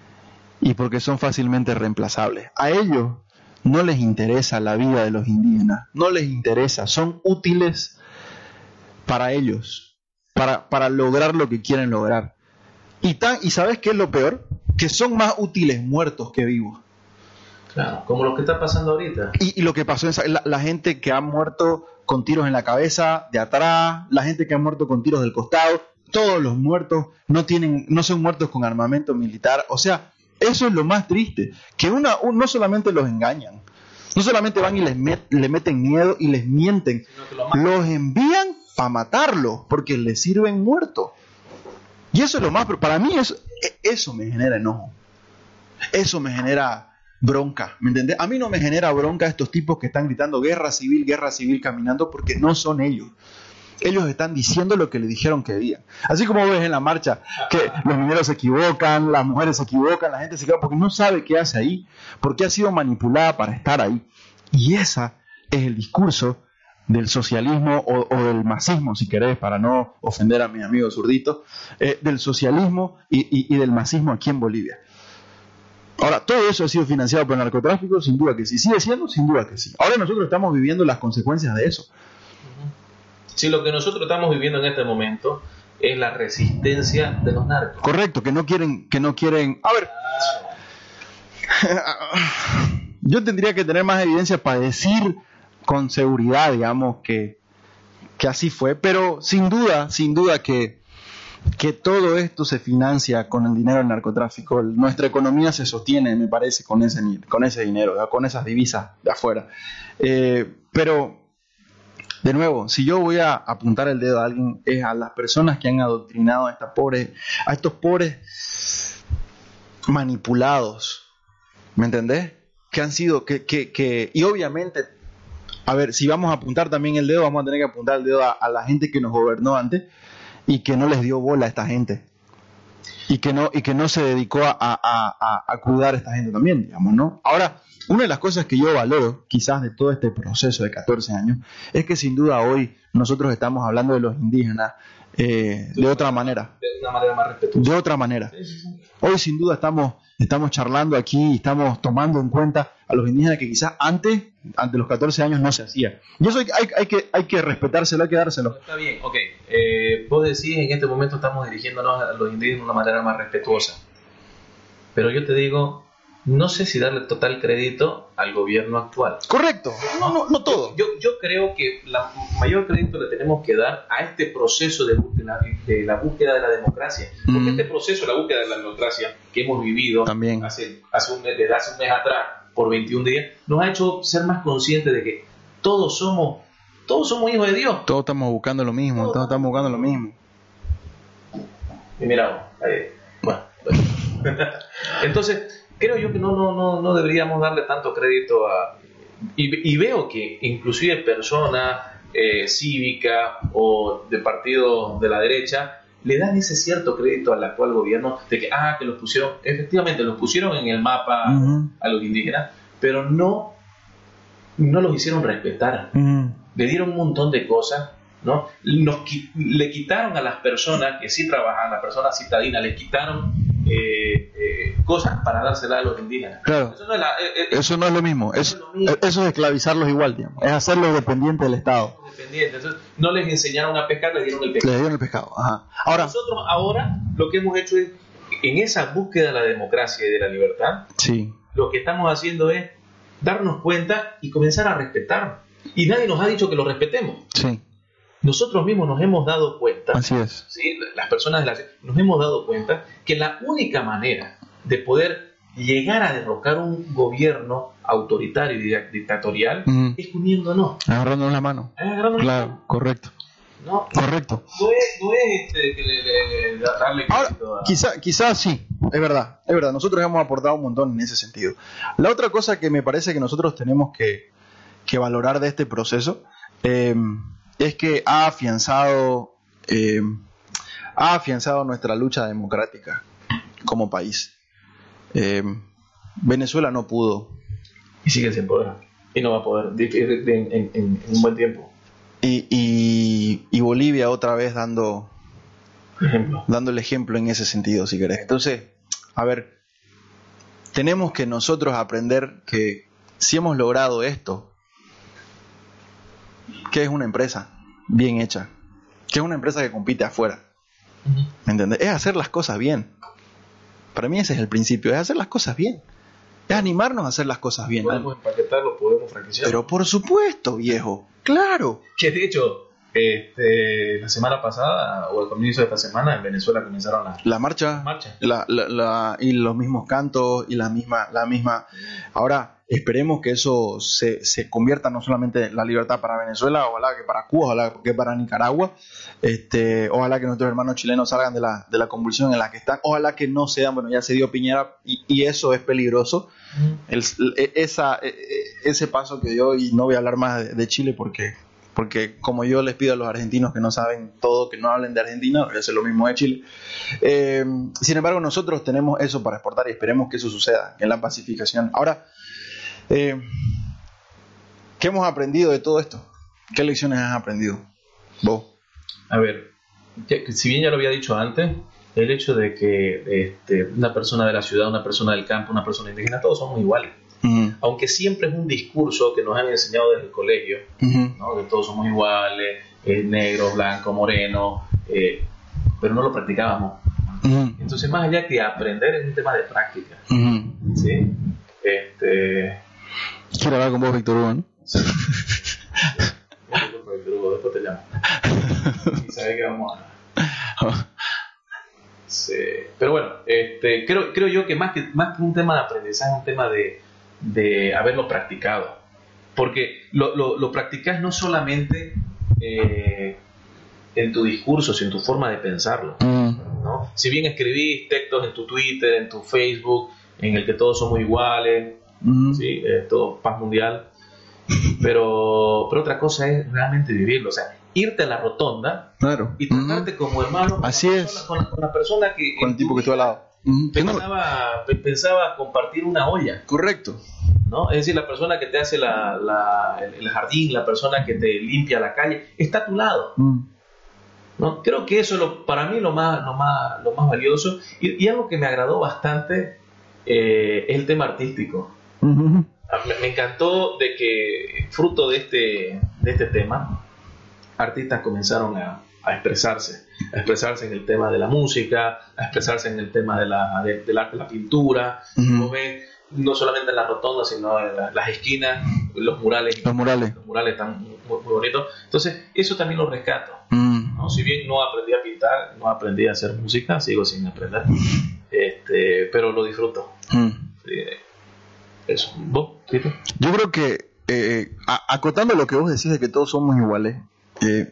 y porque son fácilmente reemplazables. A ellos no les interesa la vida de los indígenas, no les interesa, son útiles para ellos, para, para lograr lo que quieren lograr. Y, tan, ¿Y sabes qué es lo peor? Que son más útiles muertos que vivos. Claro, como lo que está pasando ahorita. Y, y lo que pasó es la, la gente que ha muerto con tiros en la cabeza, de atrás, la gente que ha muerto con tiros del costado, todos los muertos no, tienen, no son muertos con armamento militar, o sea... Eso es lo más triste, que una, un, no solamente los engañan, no solamente van y les met, le meten miedo y les mienten, lo los envían para matarlos, porque les sirven muertos. Y eso es lo más, para mí eso, eso me genera enojo, eso me genera bronca, ¿me entendés? A mí no me genera bronca estos tipos que están gritando guerra civil, guerra civil caminando, porque no son ellos. Ellos están diciendo lo que le dijeron que digan. Así como ves en la marcha que los mineros se equivocan, las mujeres se equivocan, la gente se equivoca porque no sabe qué hace ahí, porque ha sido manipulada para estar ahí. Y ese es el discurso del socialismo o, o del masismo, si querés, para no ofender a mis amigos zurditos, eh, del socialismo y, y, y del masismo aquí en Bolivia. Ahora, ¿todo eso ha sido financiado por el narcotráfico? Sin duda que sí. ¿Sigue siendo? Sin duda que sí. Ahora nosotros estamos viviendo las consecuencias de eso. Si lo que nosotros estamos viviendo en este momento es la resistencia de los narcos. Correcto, que no quieren, que no quieren. A ver, yo tendría que tener más evidencia para decir con seguridad, digamos, que, que así fue, pero sin duda, sin duda que, que todo esto se financia con el dinero del narcotráfico. Nuestra economía se sostiene, me parece, con ese, con ese dinero, con esas divisas de afuera. Eh, pero de nuevo, si yo voy a apuntar el dedo a alguien, es a las personas que han adoctrinado a, estas pobres, a estos pobres manipulados, ¿me entendés? Que han sido, que, que, que, y obviamente, a ver, si vamos a apuntar también el dedo, vamos a tener que apuntar el dedo a, a la gente que nos gobernó antes y que no les dio bola a esta gente. Y que no, y que no se dedicó a, a, a, a cuidar a esta gente también, digamos, ¿no? Ahora, una de las cosas que yo valoro, quizás de todo este proceso de catorce años, es que sin duda hoy nosotros estamos hablando de los indígenas eh, de otra manera. De una manera más respetuosa. De otra manera. Sí, sí, sí. Hoy sin duda estamos, estamos charlando aquí, estamos tomando en cuenta a los indígenas que quizás antes, ante los catorce años, no se hacía. Y eso hay, hay, hay, que, hay que respetárselo, hay que dárselo. Está bien, ok. Eh, vos decís, en este momento estamos dirigiéndonos a los indígenas de una manera más respetuosa. Pero yo te digo, no sé si darle total crédito al gobierno actual. Correcto, no, no, no todo. Yo, yo creo que la mayor crédito le tenemos que dar a este proceso de, de, la, de la búsqueda de la democracia. Porque Mm. este proceso de la búsqueda de la democracia que hemos vivido También. hace, hace un mes, desde hace un mes atrás, por veintiún días, nos ha hecho ser más conscientes de que todos somos, todos somos hijos de Dios. Todos estamos buscando lo mismo, Todos todos estamos buscando lo mismo. Y mira, eh, bueno, bueno. Entonces creo yo que no, no, no, no deberíamos darle tanto crédito a... Y, y veo que inclusive personas eh, cívicas o de partidos de la derecha le dan ese cierto crédito al actual gobierno de que, ah, que los pusieron, efectivamente los pusieron en el mapa Uh-huh. a los indígenas, pero no, no los hicieron respetar. Uh-huh. Le dieron un montón de cosas, ¿no? Nos, le quitaron a las personas que sí trabajan, las personas citadinas, les quitaron eh, eh, cosas para dársela a los indígenas. Claro. Eso no es, la, eh, eh, eso no es lo mismo. Eso, Es, es lo mismo. eso es esclavizarlos igual, digamos. Es hacerlos dependientes del Estado. Dependientes. Entonces, no les enseñaron a pescar, les dieron el pescado. Les dieron el pescado. Ajá. Ahora, nosotros ahora lo que hemos hecho es, en esa búsqueda de la democracia y de la libertad, sí. lo que estamos haciendo es darnos cuenta y comenzar a respetar. Y nadie nos ha dicho que lo respetemos. Sí. Nosotros mismos nos hemos dado cuenta, así es. ¿sí? Las personas de la nos hemos dado cuenta que la única manera de poder llegar a derrocar un gobierno autoritario y dictatorial uh-huh. es uniéndonos. Agarrándonos la mano. Agarrándonos claro, la mano. correcto. No, correcto. No es, no es este, que le, le, le, darle Ahora, a... quizá, quizá sí, es verdad, es verdad. Nosotros hemos aportado un montón en ese sentido. La otra cosa que me parece que nosotros tenemos que, que valorar de este proceso eh, es que ha afianzado, eh, ha afianzado nuestra lucha democrática como país. Eh, Venezuela no pudo. Y sigue sin poder. Y no va a poder en, en, en, en un buen tiempo. Y, y, y Bolivia otra vez dando, ejemplo. dando el ejemplo en ese sentido, si querés. Entonces, a ver, tenemos que nosotros aprender que si hemos logrado esto, que es una empresa bien hecha, que es una empresa que compite afuera, uh-huh. ¿me entiendes? Es hacer las cosas bien. Para mí ese es el principio, es hacer las cosas bien. Es animarnos a hacer las cosas bien. Podemos empaquetarlo, podemos franquiciarlo. Pero por supuesto, viejo, claro. Que de hecho, este, la semana pasada, o al comienzo de esta semana, en Venezuela comenzaron las la marcha, marcha. la, la, la, y los mismos cantos, y la misma, la misma. Ahora, esperemos que eso se, se convierta no solamente en la libertad para Venezuela, ojalá que para Cuba, ojalá que para Nicaragua, este, ojalá que nuestros hermanos chilenos salgan de la, de la convulsión en la que están, ojalá que no sean, bueno, ya se dio Piñera, y, y eso es peligroso, el, esa, ese paso que dio, y no voy a hablar más de, de Chile porque, porque como yo les pido a los argentinos que no saben todo, que no hablen de Argentina, voy a hacer lo mismo de Chile. Eh, sin embargo, nosotros tenemos eso para exportar y esperemos que eso suceda, en la pacificación. Ahora, Eh, ¿qué hemos aprendido de todo esto? ¿Qué lecciones has aprendido vos? A ver, si bien ya lo había dicho antes, el hecho de que este, una persona de la ciudad, una persona del campo, una persona indígena, todos somos iguales. Uh-huh. Aunque siempre es un discurso que nos han enseñado desde el colegio, uh-huh. ¿no? Que todos somos iguales, eh, negro, blanco, moreno, eh, pero no lo practicábamos. Uh-huh. Entonces, más allá que aprender, es un tema de práctica. Uh-huh. ¿Sí? Este... Quiero hablar con vos, Víctor Hugo, ¿no? Sí. Víctor Hugo, después te llamo. Y sabes que vamos a... Sí. Pero bueno, este, creo, creo yo que más, que más que un tema de aprendizaje, es un tema de, de haberlo practicado. Porque lo, lo, lo practicas no solamente eh, en tu discurso, sino en tu forma de pensarlo. Mm. ¿No? Si bien escribís textos en tu Twitter, en tu Facebook, en el que todos somos iguales, mm. ¿sí? eh, todo paz mundial, pero, pero otra cosa es realmente vivirlo, o sea, irte a la rotonda, claro. y tratarte mm. como hermano con así la es persona, con, la, con la persona que con el tipo que estuvo al lado mm. pensaba, pensaba compartir una olla, correcto, ¿no? Es decir, la persona que te hace la, la, el jardín, la persona que te limpia la calle, está a tu lado. Mm. ¿No? Creo que eso es lo, para mí lo más, lo más, lo más valioso, y, y algo que me agradó bastante eh, es el tema artístico. Uh-huh. Me, me encantó de que fruto de este, de este tema, artistas comenzaron a, a expresarse, a expresarse en el tema de la música, a expresarse en el tema de la, de, del arte de la pintura. Uh-huh. Ves, no solamente en las rotondas, sino en la, las esquinas, los murales. Los murales. Los murales están muy, muy bonitos. Entonces, eso también lo rescato. Mm. ¿No? Si bien no aprendí a pintar, no aprendí a hacer música, sigo sin aprender, este, pero lo disfruto. Mm. Sí, eso. ¿Vos, Tito? Yo creo que, eh, acotando lo que vos decís de que todos somos iguales, eh,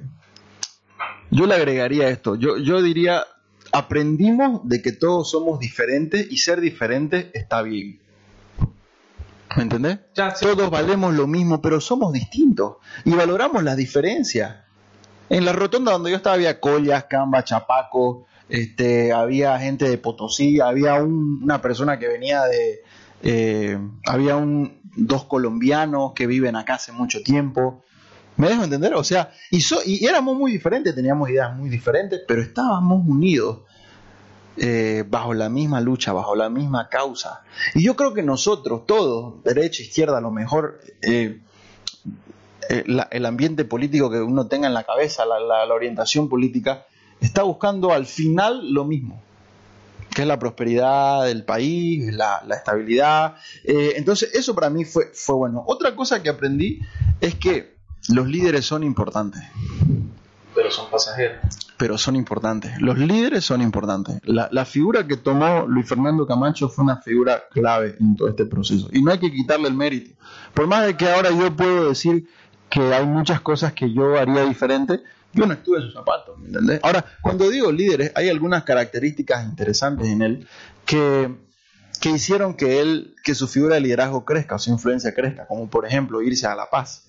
yo le agregaría esto. Yo, yo diría, aprendimos de que todos somos diferentes y ser diferentes está bien. ¿Me entendés? Ya, sí. Todos valemos lo mismo, pero somos distintos y valoramos las diferencias. En la rotonda donde yo estaba había collas, camba, chapaco, este, había gente de Potosí, había un, una persona que venía de... Eh, había un, dos colombianos que viven acá hace mucho tiempo. ¿Me dejo entender? O sea, y, so, y éramos muy diferentes, teníamos ideas muy diferentes, pero estábamos unidos eh, bajo la misma lucha, bajo la misma causa. Y yo creo que nosotros, todos, derecha, izquierda, a lo mejor eh, eh, la, el ambiente político que uno tenga en la cabeza, la, la, la orientación política, está buscando al final lo mismo, que es la prosperidad del país, la, la estabilidad. Eh, entonces eso para mí fue, fue bueno. Otra cosa que aprendí es que los líderes son importantes. Pero son pasajeros. Pero son importantes. Los líderes son importantes. La, la figura que tomó Luis Fernando Camacho fue una figura clave en todo este proceso. Y no hay que quitarle el mérito. Por más de que ahora yo puedo decir que hay muchas cosas que yo haría diferente, yo no estuve en sus zapatos, ¿me entendés? Ahora, cuando digo líderes, hay algunas características interesantes en él que, que hicieron que él, que su figura de liderazgo crezca o su influencia crezca, como por ejemplo irse a La Paz,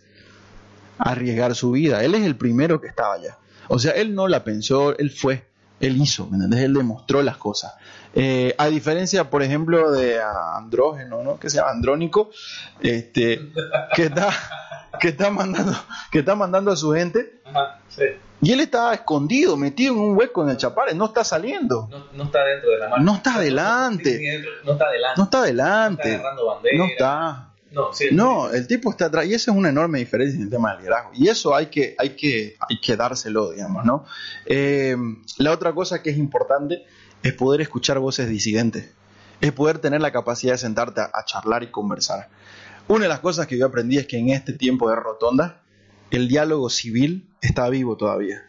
arriesgar su vida. Él es el primero que estaba allá. O sea, él no la pensó, él fue, él hizo, ¿me entendés? Él demostró las cosas. Eh, a diferencia, por ejemplo, de Andrógeno, ¿no? Que se llama Andrónico, este, que está, que está mandando, que está mandando a su gente. Ajá, sí. Y él está escondido, metido en un hueco en el Chapare, no está saliendo. No, no está dentro de la marcha. No está adelante. No está adelante. No está adelante. No está agarrando bandera. No está. No, sí, no, sí. El tipo está atrás. Y esa es una enorme diferencia en el tema del liderazgo. Y eso hay que, hay que, hay que dárselo, digamos, ¿no? Eh, la otra cosa que es importante es poder escuchar voces disidentes. Es poder tener la capacidad de sentarte a, a charlar y conversar. Una de las cosas que yo aprendí es que en este tiempo de rotondas, el diálogo civil está vivo todavía.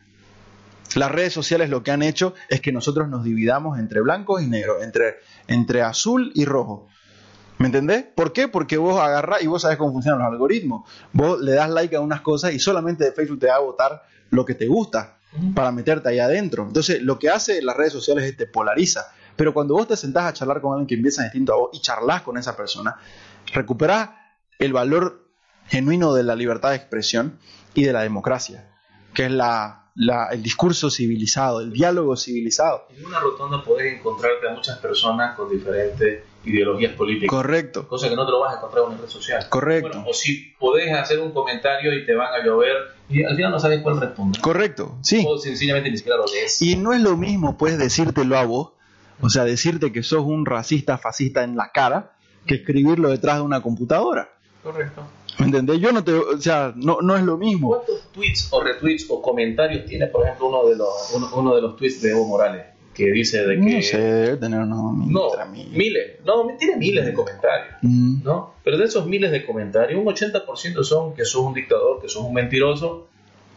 Las redes sociales lo que han hecho es que nosotros nos dividamos entre blancos y negros, entre, entre azul y rojo. ¿Me entendés? ¿Por qué? Porque vos agarrás y vos sabés cómo funcionan los algoritmos. Vos le das like a unas cosas y solamente de Facebook te va a votar lo que te gusta para meterte ahí adentro. Entonces, lo que hace las redes sociales es te polariza. Pero cuando vos te sentás a charlar con alguien que piensa distinto a vos y charlas con esa persona, recuperás el valor genuino de la libertad de expresión y de la democracia, que es la, la, el discurso civilizado, el diálogo civilizado. En una rotonda podés encontrarte a muchas personas con diferentes ideologías políticas. Correcto. Cosa que no te lo vas a encontrar en una red social. Correcto. Bueno, o si podés hacer un comentario y te van a llover y al final no sabes cuál responder. Correcto, sí. O sencillamente ni siquiera lo lees. Y no es lo mismo, pues, decírtelo a vos, o sea, decirte que sos un racista, fascista en la cara, que escribirlo detrás de una computadora. Correcto. ¿Me entendés? Yo no te, o sea, no, no es lo mismo. ¿Cuántos tweets o retweets o comentarios tiene, por ejemplo, uno de los uno, uno de los tweets de Evo Morales? Que dice de que... No sé, debe tener unos no, miles. No, tiene miles de comentarios. Mm. ¿No? Pero de esos miles de comentarios, un ochenta por ciento son que sos un dictador, que sos un mentiroso.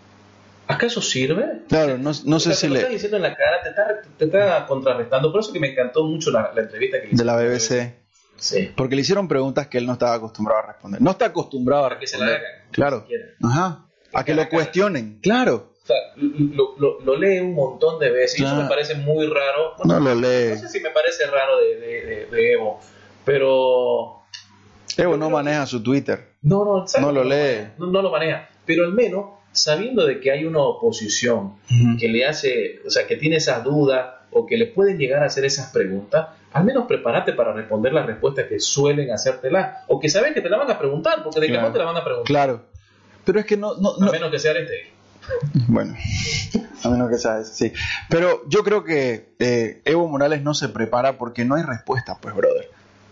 ¿Acaso sirve? Claro, no, no o sé sea, si te lo le... estás diciendo en la cara, te está, te está contrarrestando. Por eso que me encantó mucho la, la entrevista que le de la B B C. Sí. Porque le hicieron preguntas que él no estaba acostumbrado a responder. No está acostumbrado a responder. Que se la hagan. Claro. Ajá. A que lo cuestionen. Claro. O sea, lo, lo, lo lee un montón de veces y claro. Eso me parece muy raro. Bueno, no lo lee. No sé si me parece raro de, de, de, de Evo, pero... Evo no maneja su Twitter. No, no, no lo lee. No, no lo maneja. Pero al menos, sabiendo de que hay una oposición uh-huh. que le hace, o sea, que tiene esas dudas o que le pueden llegar a hacer esas preguntas, al menos prepárate para responder las respuestas que suelen hacértela o que sabes que te la van a preguntar, porque de claro. que no te la van a preguntar. Claro. Pero es que no... no, no. A menos que sea este. Bueno, a menos que sea eso, sí. Pero yo creo que eh, Evo Morales no se prepara porque no hay respuesta, pues, brother.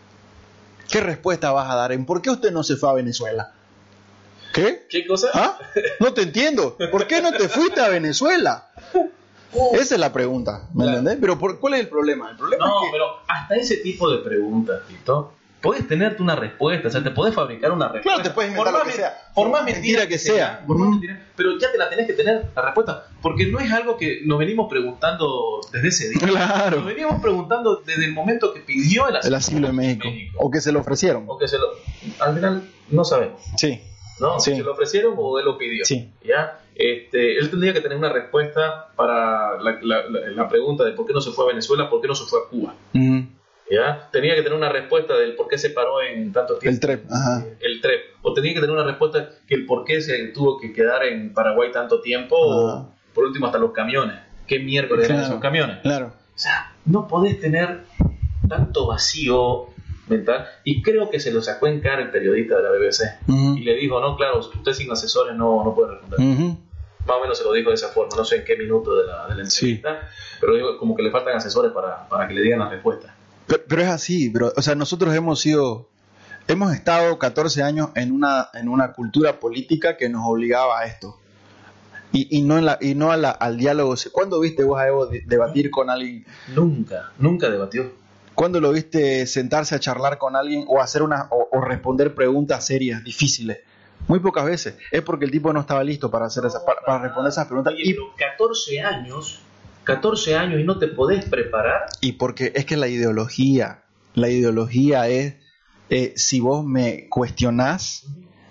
¿Qué respuesta vas a dar? ¿En por qué usted no se fue a Venezuela? ¿Qué? ¿Qué cosa? ¿Ah? No te entiendo. ¿Por qué no te fuiste a Venezuela? Esa es la pregunta, ¿me claro. entendés? Pero por, ¿cuál es el problema? El problema no, es que... pero hasta ese tipo de preguntas, Tito, podés tenerte una respuesta, o sea, te podés fabricar una respuesta. Claro, te puedes inventar por lo más, que sea. Por más mentira, mentira que sea. Por más mentira, pero ya te la tenés que tener, la respuesta. Porque no es algo que nos venimos preguntando desde ese día. Claro. Nos venimos preguntando desde el momento que pidió el asilo, el asilo en México. México. O que se lo ofrecieron. O que se lo... Al final, no sabemos. Sí. ¿No? Sí. ¿Se lo ofrecieron o él lo pidió? Sí. ¿Ya? Este, él tendría que tener una respuesta para la, la, la, la pregunta de por qué no se fue a Venezuela, por qué no se fue a Cuba. Mm. ¿Ya? Tenía que tener una respuesta del por qué se paró en tanto tiempo. El T R E P. Ajá. El T R E P. O tenía que tener una respuesta que el por qué se tuvo que quedar en Paraguay tanto tiempo. Ajá. O por último hasta los camiones. ¿Qué miércoles claro. eran esos camiones? Claro. O sea, no podés tener tanto vacío mental. Y creo que se lo sacó en cara el periodista de la B B C. Uh-huh. Y le dijo, no, claro, usted sin asesores no, no puede responder. Uh-huh. más o menos se lo dijo de esa forma, no sé en qué minuto de la, de la entrevista, sí. Pero digo, como que le faltan asesores para, para que le digan las respuestas. Pero, pero es así, bro. O sea, nosotros hemos sido, hemos estado catorce años en una, en una cultura política que nos obligaba a esto. Y, y no, en la, y no a la, al diálogo. ¿Cuándo viste vos a Evo debatir con alguien? Nunca, nunca debatió. ¿Cuándo lo viste sentarse a charlar con alguien o hacer una o, o responder preguntas serias, difíciles? Muy pocas veces. Es porque el tipo no estaba listo para hacer esa, para, para responder esas preguntas. Oye, pero catorce años, catorce años y no te podés preparar. Y porque es que la ideología, la ideología es, eh, si vos me cuestionás,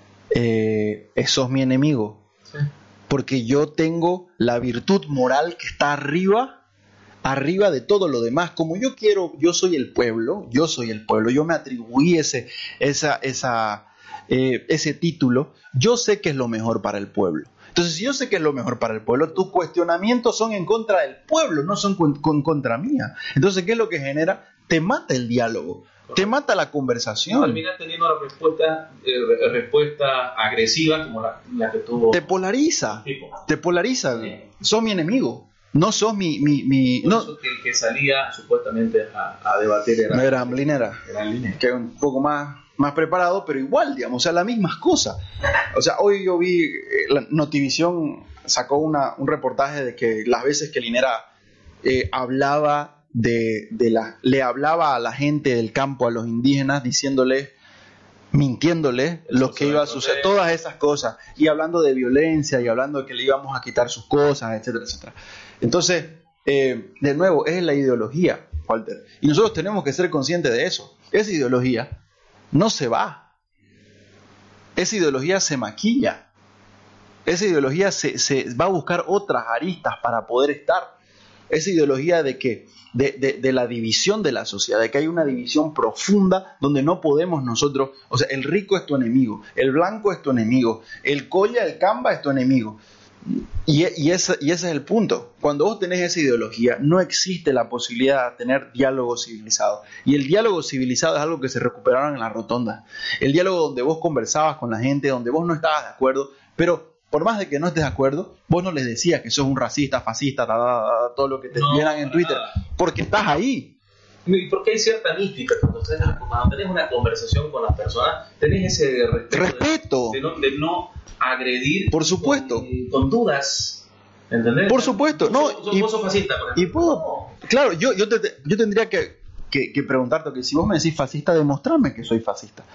eh, sos mi enemigo. Sí. Porque yo tengo la virtud moral que está arriba, arriba de todo lo demás. Como yo quiero, yo soy el pueblo, yo soy el pueblo, yo me atribuí ese, esa, esa, eh, ese título, yo sé que es lo mejor para el pueblo. Entonces, si yo sé que es lo mejor para el pueblo, tus cuestionamientos son en contra del pueblo, no son con, con contra mía. Entonces, ¿qué es lo que genera? Te mata el diálogo. Te mata la conversación. Terminas teniendo la respuesta, eh, respuesta agresiva como la, la que tuvo. Te polariza. Te polariza. Sí. Sos mi enemigo. No sos mi. mi, mi Por no. eso que el que salía supuestamente a, a debatir era. No era Amblinera. Era Amblinera. Que es un poco más, más preparado, pero igual, digamos. O sea, las mismas cosas. O sea, hoy yo vi. Eh, la Notivisión sacó una, un reportaje de que las veces que Linera eh, hablaba. De, de la, le hablaba a la gente del campo, a los indígenas, diciéndoles, mintiéndoles lo que iba a suceder, todas esas cosas, y hablando de violencia, y hablando de que le íbamos a quitar sus cosas, etcétera, etcétera. Entonces, eh, de nuevo, es la ideología, Walter, y nosotros tenemos que ser conscientes de eso. Esa ideología no se va, esa ideología se maquilla, esa ideología se, se va a buscar otras aristas para poder estar. Esa ideología de que de, de, de la división de la sociedad, de que hay una división profunda donde no podemos nosotros, o sea, el rico es tu enemigo, el blanco es tu enemigo, el colla, el camba es tu enemigo. Y, y, ese, y ese es el punto. Cuando vos tenés esa ideología, no existe la posibilidad de tener diálogo civilizado. Y el diálogo civilizado es algo que se recuperaron en la rotonda. El diálogo donde vos conversabas con la gente, donde vos no estabas de acuerdo, pero por más de que no estés de acuerdo, vos no les decías que sos un racista, fascista, ta, ta, ta, todo lo que te no, vieran en Twitter, porque estás ahí. Y porque hay cierta mística cuando, ustedes, cuando tenés una conversación con las personas, tenés ese respeto, respeto. De, de, no, de no agredir, por supuesto, con, con dudas, ¿entendés? Por supuesto, no, vos, y, vos sos fascista, por ejemplo. Y puedo, no. Claro, yo, yo, te, yo tendría que, que, que preguntarte que si vos me decís fascista, demostrame que soy fascista.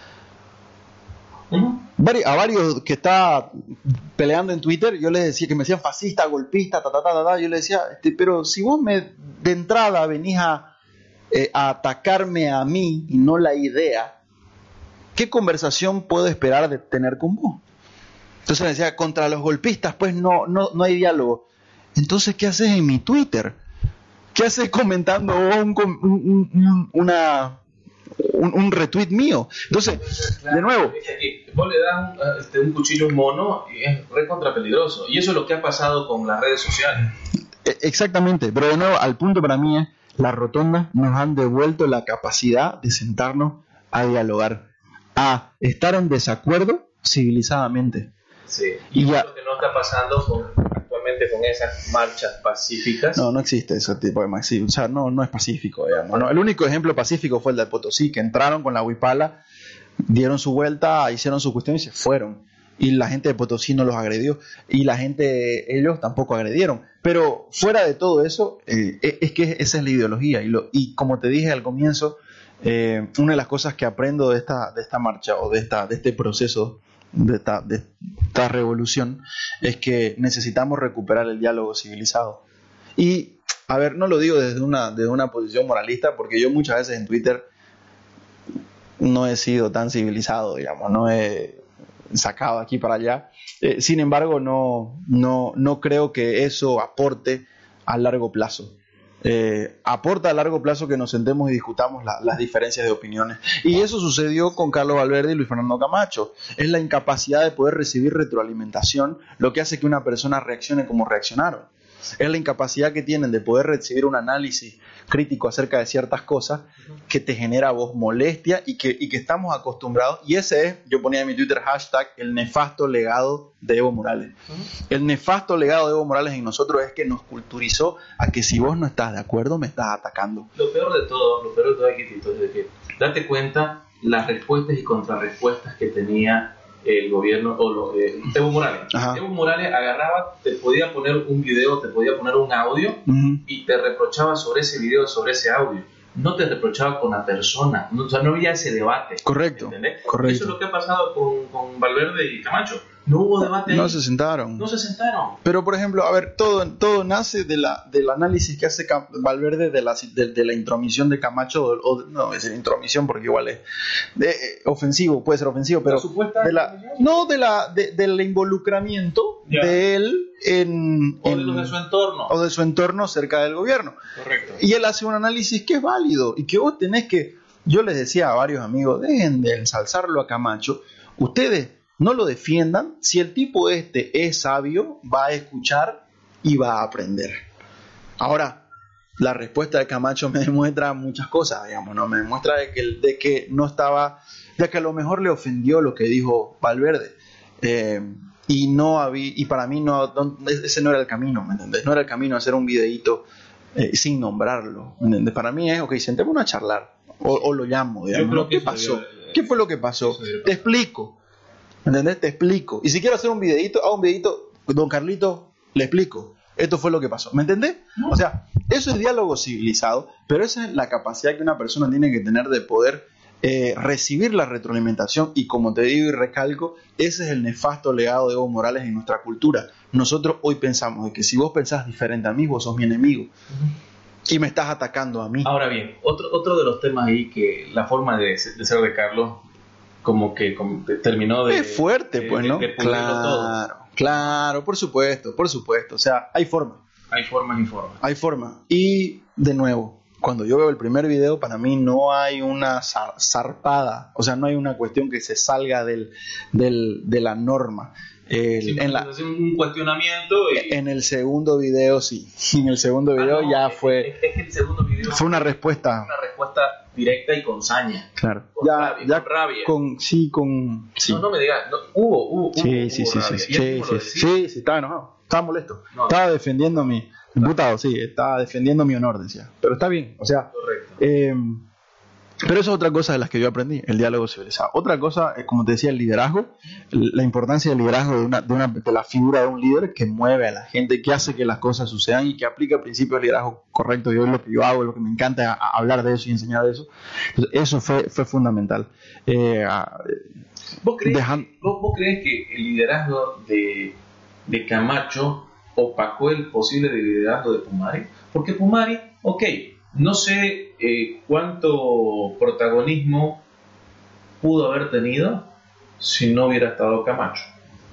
Uh-huh. A varios que está peleando en Twitter, yo les decía que me decían fascista, golpista, ta, ta, ta, ta, ta. Yo les decía, este, pero si vos me de entrada venís a, eh, a atacarme a mí y no la idea, ¿qué conversación puedo esperar de tener con vos? Entonces me decía, contra los golpistas, pues no, no, no hay diálogo. Entonces, ¿qué haces en mi Twitter? ¿Qué haces comentando un, un, un, una... Un, un retweet mío? Entonces, claro, de nuevo, vos le das un, este, un cuchillo a un mono y es recontra peligroso, y eso es lo que ha pasado con las redes sociales. Exactamente, pero de nuevo, al punto para mí es, las rotondas nos han devuelto la capacidad de sentarnos a dialogar, a estar en desacuerdo civilizadamente. Sí, y, y ya, lo que no está pasando con, actualmente con esas marchas pacíficas. No, no existe ese tipo de marchas, o sea, no, no es pacífico, digamos, ¿no? El único ejemplo pacífico fue el de Potosí, que entraron con la huipala, dieron su vuelta, hicieron su cuestión y se fueron. Y la gente de Potosí no los agredió, y la gente, ellos tampoco agredieron. Pero fuera de todo eso, eh, es que esa es la ideología. Y, lo, y como te dije al comienzo, eh, una de las cosas que aprendo de esta, de esta marcha o de, esta, de este proceso, de esta, de esta revolución, es que necesitamos recuperar el diálogo civilizado. Y, a ver, no lo digo desde una, desde una posición moralista, porque yo muchas veces en Twitter no he sido tan civilizado, digamos, no he sacado aquí para allá. Eh, sin embargo, no, no, no creo que eso aporte a largo plazo. Eh, aporta a largo plazo que nos sentemos y discutamos la, las diferencias de opiniones. Y eso sucedió con Carlos Valverde y Luis Fernando Camacho. Es la incapacidad de poder recibir retroalimentación lo que hace que una persona reaccione como reaccionaron. es la incapacidad que tienen de poder recibir un análisis crítico acerca de ciertas cosas que te genera a vos molestia y que, y que estamos acostumbrados. Y ese es, yo ponía en mi Twitter hashtag, el nefasto legado de Evo Morales. Uh-huh. El nefasto legado de Evo Morales en nosotros es que nos culturizó a que si vos no estás de acuerdo, me estás atacando. Lo peor de todo, lo peor de todo aquí, Tito, es de que date cuenta las respuestas y contrarrespuestas que tenía el gobierno o lo, eh, Evo Morales. Ajá. Evo Morales agarraba, te podía poner un video, te podía poner un audio uh-huh. y te reprochaba sobre ese video, sobre ese audio. No te reprochaba con la persona, no, o sea, no había ese debate. Correcto, ¿entendés? correcto. Eso es lo que ha pasado con, con Valverde y Camacho. No hubo debate. No ahí. se sentaron. No se sentaron. Pero, por ejemplo, a ver, todo, todo nace de la, del análisis que hace Valverde de la, de, de la intromisión de Camacho, o, o no es intromisión porque igual es de, eh, ofensivo, puede ser ofensivo, pero ¿La supuesta de la, no de la de, del involucramiento ya. de él en, o en, de su entorno o de su entorno cerca del gobierno. Correcto. Y él hace un análisis que es válido y que vos tenés que, yo les decía a varios amigos, dejen de ensalzarlo a Camacho, ustedes no lo defiendan. Si el tipo este es sabio, va a escuchar y va a aprender. Ahora, la respuesta de Camacho me demuestra muchas cosas, digamos, ¿no? Me demuestra de que, de que no estaba, de que a lo mejor le ofendió lo que dijo Valverde. Eh, y no había, y para mí no, no, ese no era el camino, ¿me entendés? No era el camino hacer un videíto eh, sin nombrarlo, ¿me entendés? Para mí es, ok, sentémonos a charlar, o, o lo llamo, digamos, ¿no? ¿Qué pasó? Debió, ¿Qué fue lo que pasó? Te explico. ¿Entendés? Te explico. Y si quiero hacer un videito, hago un videito, don Carlito, le explico. Esto fue lo que pasó. ¿Me entendés? O sea, eso es diálogo civilizado, pero esa es la capacidad que una persona tiene que tener de poder eh, recibir la retroalimentación. Y como te digo y recalco, ese es el nefasto legado de Evo Morales en nuestra cultura. Nosotros hoy pensamos de que si vos pensás diferente a mí, vos sos mi enemigo. Uh-huh. Y me estás atacando a mí. Ahora bien, otro, otro de los temas ahí que la forma de, de ser de Carlos como que como terminó de... Es fuerte, de, pues, ¿no? De, de claro, todo. claro, por supuesto, por supuesto. O sea, hay forma. Hay formas y formas. Hay forma. Y, de nuevo, cuando yo veo el primer video, para mí no hay una zar- zarpada. O sea, no hay una cuestión que se salga del, del, de la norma. El, sí, en la, un cuestionamiento y... en el segundo video sí en el segundo video ah, no, ya es, fue es, es que el segundo video fue una respuesta una respuesta directa y con saña, claro, con ya, rabia, ya con rabia con sí con sí. no no me digas no, hubo hubo sí hubo, sí hubo sí, rabia. sí, sí, sí, sí, sí sí estaba enojado, estaba molesto, no, estaba no. defendiendo mi imputado, sí, estaba defendiendo mi honor, decía, pero está bien, o sea, correcto. Eh, pero eso es otra cosa de las que yo aprendí, el diálogo civilizado. Otra cosa es, como te decía, el liderazgo, la importancia del liderazgo de, una, de, una, de la figura de un líder que mueve a la gente, que hace que las cosas sucedan y que aplica principios de liderazgo correcto. Yo es lo que yo hago, lo que me encanta es hablar de eso y enseñar de eso. Entonces, eso fue, fue fundamental. Eh, ¿Vos, crees, dejan... ¿vos, ¿Vos crees que el liderazgo de, de Camacho opacó el posible liderazgo de Pumari? Porque Pumari, ok, no sé eh, cuánto protagonismo pudo haber tenido si no hubiera estado Camacho.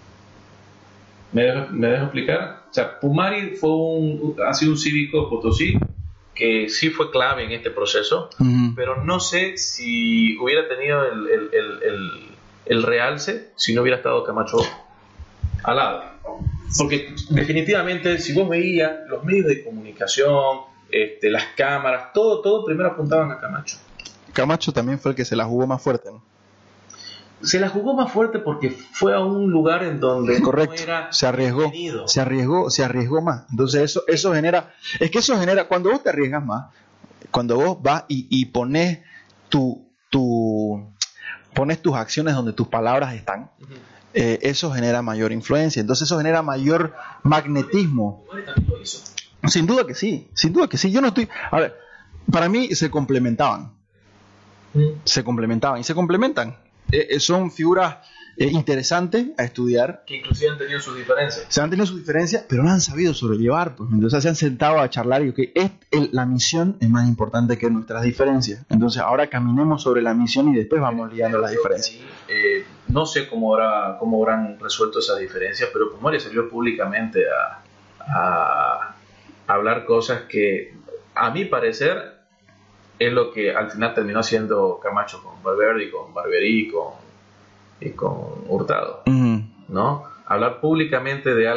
¿Me dejo, me dejo explicar? O sea, Pumari fue un, ha sido un cívico potosí que sí fue clave en este proceso, uh-huh. pero no sé si hubiera tenido el, el, el, el, el realce si no hubiera estado Camacho al lado. Porque definitivamente, si vos veías los medios de comunicación, Este, las cámaras, todo, todo primero apuntaban a Camacho. Camacho también fue el que se la jugó más fuerte, ¿no? Se la jugó más fuerte porque fue a un lugar en donde correcto, no era se arriesgó, bienvenido. se arriesgó, se arriesgó más. Entonces eso, eso genera, es que eso genera, cuando vos te arriesgas más, cuando vos vas y, y pones tu, tu, pones tus acciones donde tus palabras están, uh-huh. eh, eso genera mayor influencia. Entonces eso genera mayor magnetismo. También lo hizo. Sin duda que sí, sin duda que sí. Yo no estoy... A ver, para mí se complementaban. Mm. Se complementaban y se complementan. Eh, son figuras eh, interesantes a estudiar. Que inclusive han tenido sus diferencias. Se han tenido sus diferencias, pero no han sabido sobrellevar. Pues. Entonces se han sentado a charlar y okay, es el, la misión es más importante que nuestras diferencias. Entonces ahora caminemos sobre la misión y después vamos lidiando las diferencias. Sí, eh, no sé cómo, habrá, cómo habrán resuelto esas diferencias, pero Pumari salió públicamente a... a hablar cosas que a mi parecer es lo que al final terminó siendo Camacho con Valverde y con Barberí y con, y con Hurtado, uh-huh. ¿no? Hablar públicamente de algo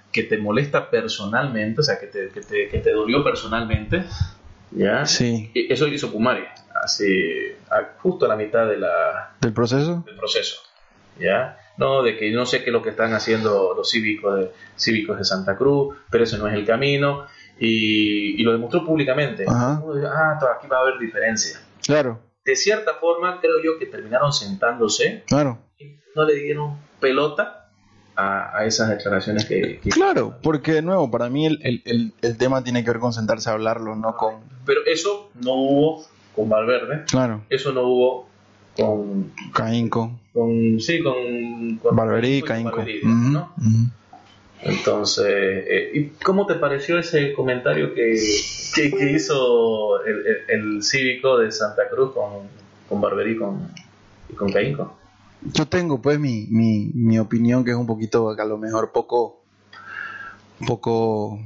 que te molesta personalmente, o sea, que te, que te, que te dolió personalmente, ¿ya? Sí. Y eso hizo Pumari, así, a, justo a la mitad de la, ¿Del proceso? del proceso, ¿ya? No, de que no sé qué es lo que están haciendo los cívicos de, cívicos de Santa Cruz, pero ese no es el camino, y, y lo demostró públicamente. Ajá. Ah, aquí va a haber diferencia. Claro. De cierta forma, creo yo que terminaron sentándose, Claro. y no le dieron pelota a, a esas declaraciones que, que... Claro, porque de nuevo, para mí el, el, el, el tema tiene que ver con sentarse a hablarlo, no con... Pero eso no hubo con Valverde, Claro. eso no hubo con... Caínco. con sí, con... con Barberí, con Caínco. Barberí, Uh-huh, ¿no? uh-huh. Entonces, eh, ¿y cómo te pareció ese comentario que, que, que hizo el, el, el cívico de Santa Cruz con, con Barberí con, y con Caínco? Yo tengo pues mi, mi, mi opinión, que es un poquito, a lo mejor poco, poco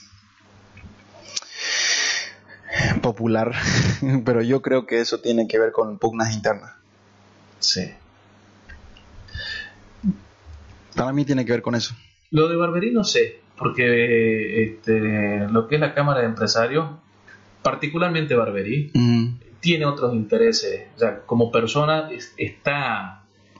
popular, pero yo creo que eso tiene que ver con pugnas internas. Sí. Para mí tiene que ver con eso. Lo de Barberí no sé, porque este, lo que es la Cámara de Empresarios, particularmente Barberí, Mm. tiene otros intereses. O sea, como persona es- está,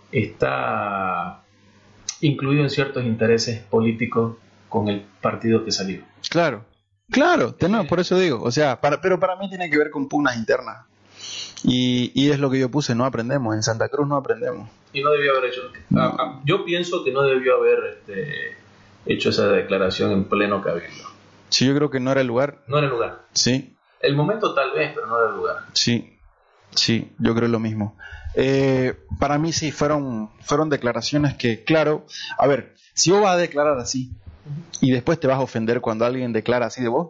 está incluido en ciertos intereses políticos con el partido que salió. Claro, claro, te- no, por eso digo, o sea, para, pero para mí tiene que ver con pugnas internas. Y, y es lo que yo puse, no aprendemos, en Santa Cruz no aprendemos. Y no debió haber hecho. No. a- a- yo pienso que no debió haber este, hecho esa declaración en pleno cabildo. Sí, yo creo que no era el lugar. No era el lugar. Sí, El momento tal vez, pero no era el lugar. sí, sí, yo creo lo mismo. Eh, para mí sí, fueron, fueron declaraciones que, claro, a ver, si vos vas a declarar así y después te vas a ofender cuando alguien declara así de vos,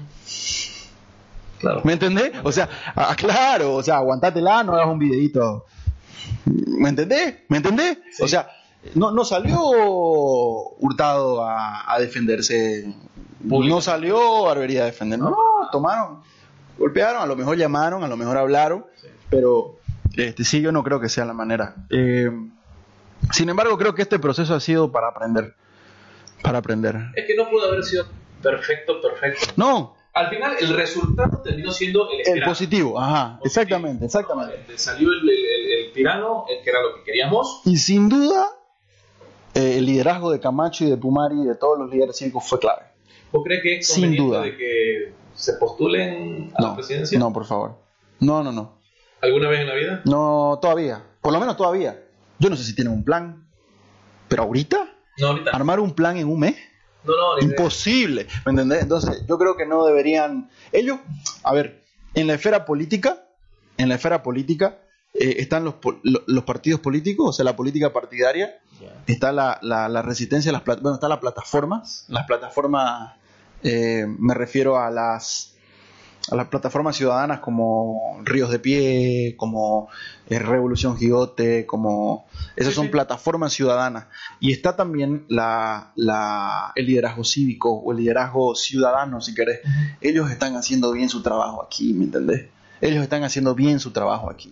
Claro. ¿me entendés? O sea, ah, claro, o sea, aguantátela, no hagas un videito. ¿Me entendés? ¿Me entendés? Sí. O sea, no, no salió Hurtado a, a defenderse, Público. no salió Barbería a defender, no, tomaron, golpearon, a lo mejor llamaron, a lo mejor hablaron, Sí. pero este, sí, yo no creo que sea la manera. Eh, sin embargo, creo que este proceso ha sido para aprender, para aprender. Es que no pudo haber sido perfecto, perfecto. No, Al final, el resultado terminó siendo el el esperado. positivo, ajá, Positivo. exactamente, exactamente. Este, Salió el, el- el- el tirano, el que era lo que queríamos. Y sin duda, eh, el liderazgo de Camacho y de Pumari y de todos los líderes cívicos fue clave. ¿Vos crees que es Sin conveniente duda. de que se postulen a la No, presidencia? no, por favor. No, no, no. ¿Alguna vez en la vida? No, todavía. Por lo menos todavía. Yo no sé si tienen un plan. Pero ahorita, No, ahorita. armar un plan en un mes, No, no, ni idea. imposible. ¿Me entendés? Entonces, yo creo que no deberían. Ellos, a ver, en la esfera política, en la esfera política, eh, están los, pol- lo- los partidos políticos, o sea, la política partidaria, Ya. está la, la, la resistencia, las plat- bueno, están las plataformas. Las plataformas, eh, me refiero a las a las plataformas ciudadanas como Ríos de Pie, como eh, Revolución Gigote, como esas Sí, son sí. plataformas ciudadanas. Y está también la, la, el liderazgo cívico o el liderazgo ciudadano, si querés. Ellos están haciendo bien su trabajo aquí, ¿me entendés? Ellos están haciendo bien su trabajo aquí.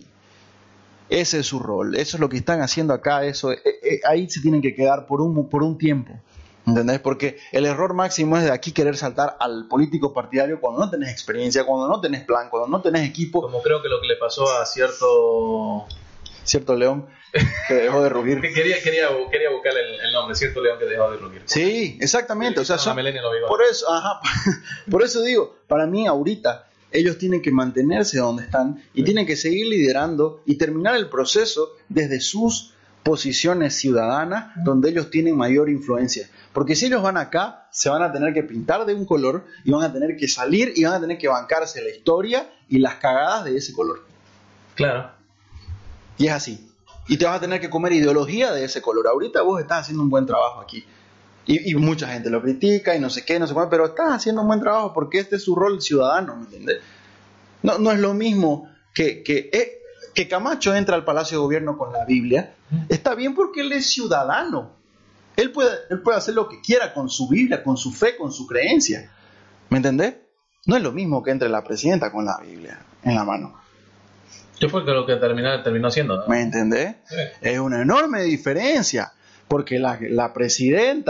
Ese es su rol, eso es lo que están haciendo acá, eso, eh, eh, ahí se tienen que quedar por un, por un tiempo, ¿entendés? Porque el error máximo es de aquí querer saltar al político partidario cuando no tenés experiencia, cuando no tenés plan, cuando no tenés equipo. Como creo que lo que le pasó a cierto... Cierto León que dejó de rugir. Que quería, quería, quería buscar el, el nombre, cierto León que dejó de rugir. Sí, exactamente, o sea, La son, melena y los bigotes. por eso, ajá, por eso digo, para mí ahorita ellos tienen que mantenerse donde están y tienen que seguir liderando y terminar el proceso desde sus posiciones ciudadanas donde ellos tienen mayor influencia. Porque si ellos van acá, se van a tener que pintar de un color y van a tener que salir y van a tener que bancarse la historia y las cagadas de ese color. Claro. Y es así. Y te vas a tener que comer ideología de ese color. Ahorita vos estás haciendo un buen trabajo aquí. Y, y mucha gente lo critica y no sé qué, no sé cuánto, pero estás haciendo un buen trabajo porque este es su rol ciudadano, ¿me entiendes? No, no es lo mismo que, que, eh, que Camacho entra al Palacio de Gobierno con la Biblia. Está bien porque él es ciudadano. Él puede, él puede hacer lo que quiera con su Biblia, con su fe, con su creencia. ¿Me entendés? No es lo mismo que entre la presidenta con la Biblia en la mano. ¿Qué fue lo que terminó, terminó siendo? ¿No? ¿Me entendés? Sí. Es una enorme diferencia, porque la, la presidenta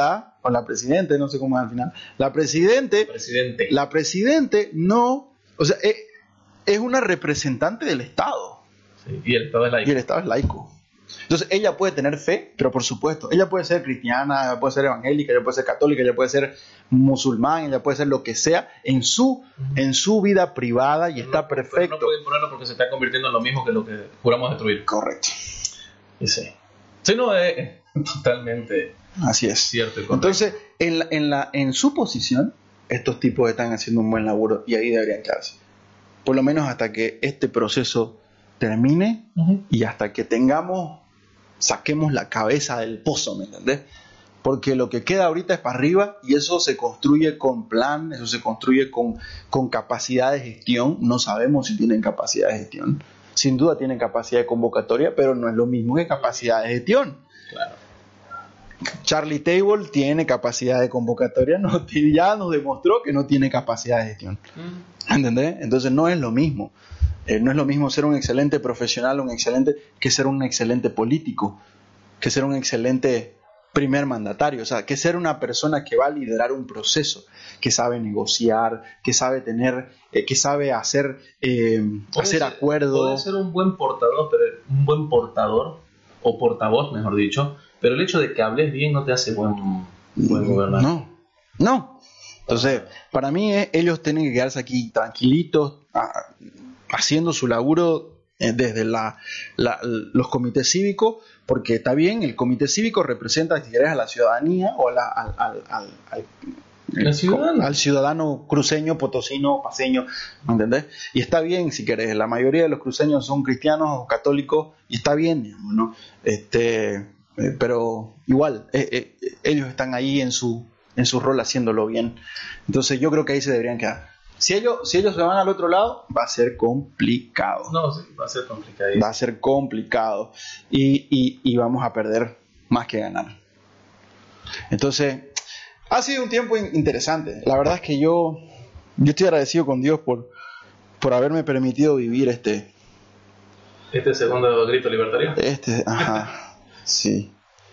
o la presidente, no sé cómo es al final, la presidente, Presidente. la presidente no, o sea, es, es una representante del Estado. Sí, y el Estado es laico. Y el Estado es laico. Entonces ella puede tener fe, pero por supuesto, ella puede ser cristiana, ella puede ser evangélica, ella puede ser católica, ella puede ser musulmán, ella puede ser lo que sea en su, uh-huh. en su vida privada y no, está perfecto. Pero no puede imponerlo porque se está convirtiendo en lo mismo que lo que juramos destruir. Correcto. Y sí. Sí, no, es totalmente así es. Cierto y entonces, en, la, en, la, en su posición, estos tipos están haciendo un buen laburo y ahí deberían quedarse. Por lo menos hasta que este proceso termine uh-huh. y hasta que tengamos, saquemos la cabeza del pozo, ¿me entendés? Porque lo que queda ahorita es para arriba y eso se construye con plan, eso se construye con, con capacidad de gestión. No sabemos si tienen capacidad de gestión. Sin duda tienen capacidad de convocatoria, pero no es lo mismo que capacidad de gestión. Claro. Charlie Table tiene capacidad de convocatoria, no, ya nos demostró que no tiene capacidad de gestión. Uh-huh. ¿Entendés? Entonces no es lo mismo. Eh, no es lo mismo ser un excelente profesional, un excelente, que ser un excelente político, que ser un excelente primer mandatario, o sea, que ser una persona que va a liderar un proceso, que sabe negociar, que sabe tener, eh, que sabe hacer, eh, hacer ser, acuerdos. Puede ser un buen portador, pero un buen portador o portavoz, mejor dicho, pero el hecho de que hables bien no te hace buen, buen gobernante. No, no. Entonces, para mí eh, ellos tienen que quedarse aquí tranquilitos, a, haciendo su laburo eh, desde la, la, los comités cívicos, porque está bien, el comité cívico representa, si querés, a la ciudadanía o a la, al, al, al, al, el ciudadano. al ciudadano cruceño, potosino, paseño, ¿me entendés? Y está bien, si querés, la mayoría de los cruceños son cristianos o católicos, y está bien, digamos, ¿no? Este, eh, pero igual, eh, eh, ellos están ahí en su, en su rol haciéndolo bien. Entonces yo creo que ahí se deberían quedar. Si ellos, si ellos se van al otro lado, va a ser complicado. No, sí, va a ser complicado. Va a ser complicado. Y, y, y vamos a perder más que ganar. Entonces, ha sido un tiempo interesante. La verdad es que yo, yo estoy agradecido con Dios por, por haberme permitido vivir este... ¿Este segundo grito libertario? Este, ajá, sí.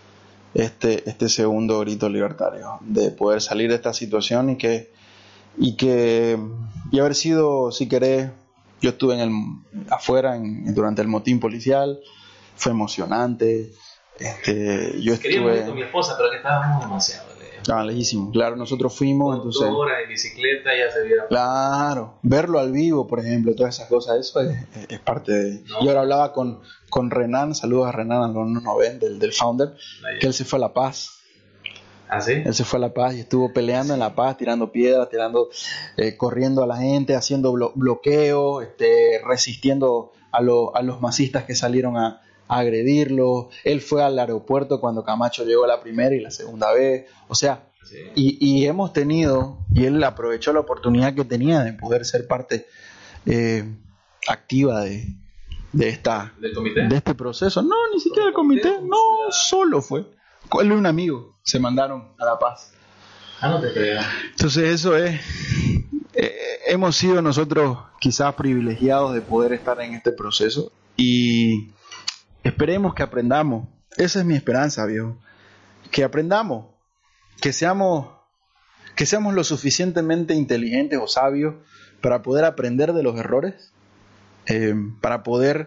Este, este segundo grito libertario. De poder salir de esta situación y que... y que y haber sido, si querés, yo estuve en el afuera en, durante el motín policial, fue emocionante. Este, yo Queríamos estuve ir con mi esposa, pero que estábamos demasiado lejos. Estaban lejísimos, claro, nosotros fuimos, Dos entonces horas en bicicleta ya se viera. claro, verlo al vivo, por ejemplo, todas esas cosas, eso es, es parte de... No. Yo ahora hablaba con, con Renan, saludos a Renan, a los no ven, del, del founder, que él se fue a La Paz. ¿Ah, sí? Él se fue a La Paz y estuvo peleando en La Paz, tirando piedras, tirando, eh, corriendo a la gente, haciendo blo- bloqueo, este, resistiendo a, lo, a los masistas que salieron a, a agredirlo. Él fue al aeropuerto cuando Camacho llegó la primera y la segunda vez. O sea, sí. y, y hemos tenido, y él aprovechó la oportunidad que tenía de poder ser parte eh, activa de, de, esta, ¿Del comité? de este proceso. No, ni siquiera el comité, no, solo fue. Él y un amigo se mandaron a La Paz. Ah, no te creo. Entonces eso es, eh, hemos sido nosotros quizás privilegiados de poder estar en este proceso y esperemos que aprendamos. Esa es mi esperanza, viejo. Que aprendamos, que seamos, que seamos lo suficientemente inteligentes o sabios para poder aprender de los errores, eh, para poder...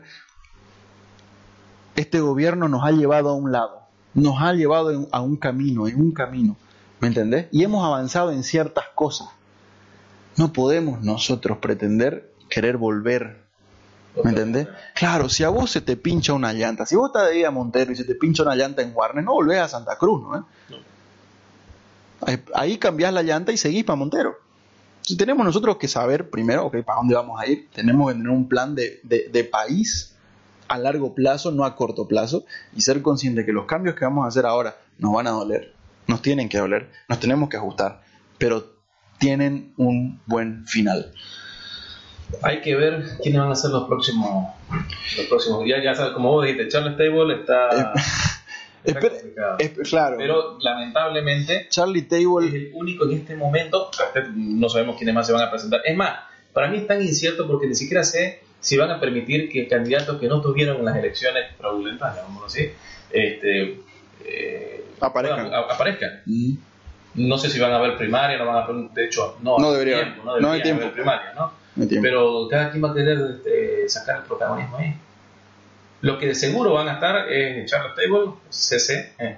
Este gobierno nos ha llevado a un lado. Nos ha llevado a un camino, en un camino, ¿me entendés? Y hemos avanzado en ciertas cosas. No podemos nosotros pretender querer volver, ¿me entendés? Claro, si a vos se te pincha una llanta, si vos estás de ahí a Montero y se te pincha una llanta en Guarnes, no volvés a Santa Cruz, ¿no? ¿Eh? no. Ahí, ahí cambiás la llanta y seguís para Montero. Entonces tenemos nosotros que saber primero, ok, ¿para dónde vamos a ir? Tenemos que tener un plan de, de, de país a largo plazo, no a corto plazo, y ser consciente que los cambios que vamos a hacer ahora nos van a doler, nos tienen que doler, nos tenemos que ajustar, pero tienen un buen final. Hay que ver quiénes van a ser los próximos los próximos días. Ya sabes, como vos dijiste, Charlie Table está, eh, está espera, complicado. Es, claro. Pero lamentablemente Charlie Table es el único en este momento. No sabemos quiénes más se van a presentar. Es más, para mí es tan incierto porque ni siquiera sé si van a permitir que candidatos que no tuvieron las elecciones fraudulentas, llamémoslo así, este, eh, aparezcan. Bueno, aparezcan. Mm. No sé si van a haber primaria, no van a haber, de hecho, no, no debería tiempo, haber, no debería no hay tiempo. haber primaria, ¿no? No hay tiempo. Pero cada quien va a querer eh, sacar el protagonismo ahí. Lo que de seguro van a estar es Charles Table, C C, eh,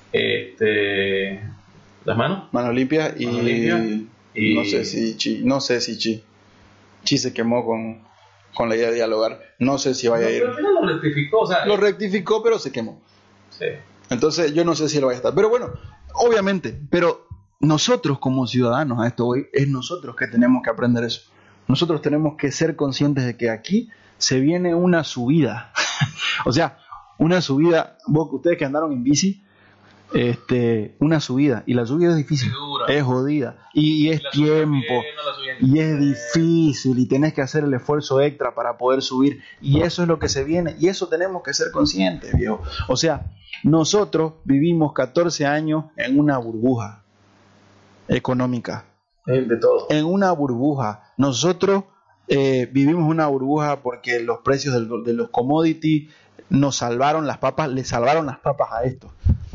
este, las manos. Manos limpias y, Manos limpias y no sé si Chi, no sé si Chi, Chi se quemó con, con la idea de dialogar. No sé si vaya no, a ir. Pero al final lo rectificó, o sea, Lo rectificó, pero se quemó. Sí. Entonces yo no sé si él vaya a estar. Pero bueno, obviamente, pero nosotros como ciudadanos a esto hoy, es nosotros que tenemos que aprender eso. Nosotros tenemos que ser conscientes de que aquí se viene una subida. O sea, una subida, vos, ustedes que andaron en bici, este, una subida, y la subida es difícil, Es, es jodida, y, y es la tiempo, bien, no la bien. y es difícil, y tenés que hacer el esfuerzo extra para poder subir, y eso es lo que se viene, y eso tenemos que ser conscientes, viejo. O sea, nosotros vivimos catorce años en una burbuja económica, De todo. en una burbuja. Nosotros eh, vivimos una burbuja porque los precios del, de los commodities nos salvaron las papas, le salvaron las papas a esto.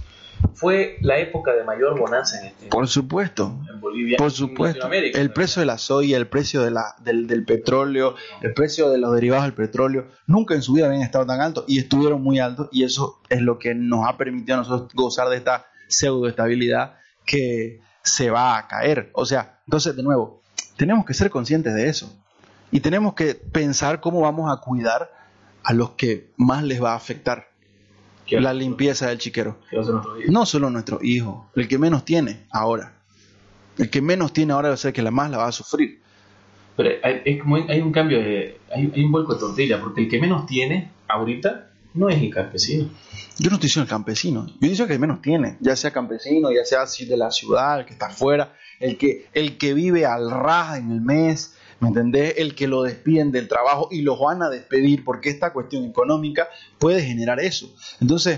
Fue la época de mayor bonanza en, este, Por supuesto. en Bolivia. Por en supuesto, Latinoamérica. el precio de la soya, el precio de la, del, del petróleo, el precio de los derivados del petróleo, nunca en su vida habían estado tan altos y estuvieron muy altos, y eso es lo que nos ha permitido a nosotros gozar de esta pseudoestabilidad que se va a caer. O sea, entonces de nuevo, tenemos que ser conscientes de eso y tenemos que pensar cómo vamos a cuidar a los que más les va a afectar la limpieza del chiquero. No solo nuestros hijos, el que menos tiene ahora. El que menos tiene ahora va a ser el que la más la va a sufrir. Pero hay, es como hay un cambio, de, hay, hay un vuelco de tortilla, porque el que menos tiene ahorita no es el campesino. Yo no estoy diciendo el campesino, yo digo que el menos tiene, ya sea campesino, ya sea de la ciudad, el que está afuera, el que, el que vive al ras en el mes, ¿me entendés? El que lo despiden del trabajo y los van a despedir porque esta cuestión económica puede generar eso. Entonces,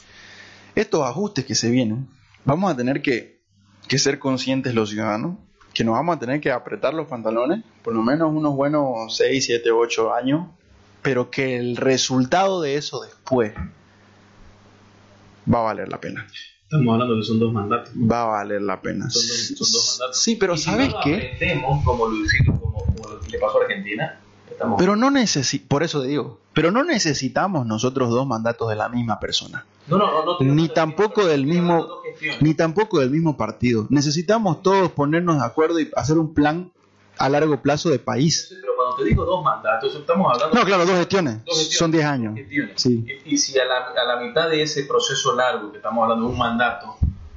estos ajustes que se vienen, vamos a tener que, que ser conscientes los ciudadanos, que nos vamos a tener que apretar los pantalones, por lo menos unos buenos seis, siete, ocho años, pero que el resultado de eso después va a valer la pena. Estamos hablando de son dos mandatos. Va a valer la pena. Son dos, son dos mandatos. Sí, pero y ¿sabes si no qué? Aprendemos como lo hicimos, como, como lo que le pasó a Argentina. Estamos... Pero no necesitamos, por eso te digo, pero no necesitamos nosotros dos mandatos de la misma persona. No, no, no, no ni tampoco del mismo, ni tampoco del mismo partido. Necesitamos todos ponernos de acuerdo y hacer un plan a largo plazo de país. Sí, pero cuando te digo dos mandatos, estamos hablando... No, claro, dos gestiones, dos gestiones son diez años. Gestiones. Sí. Y, y si a la, a la mitad de ese proceso largo, que estamos hablando de un mandato,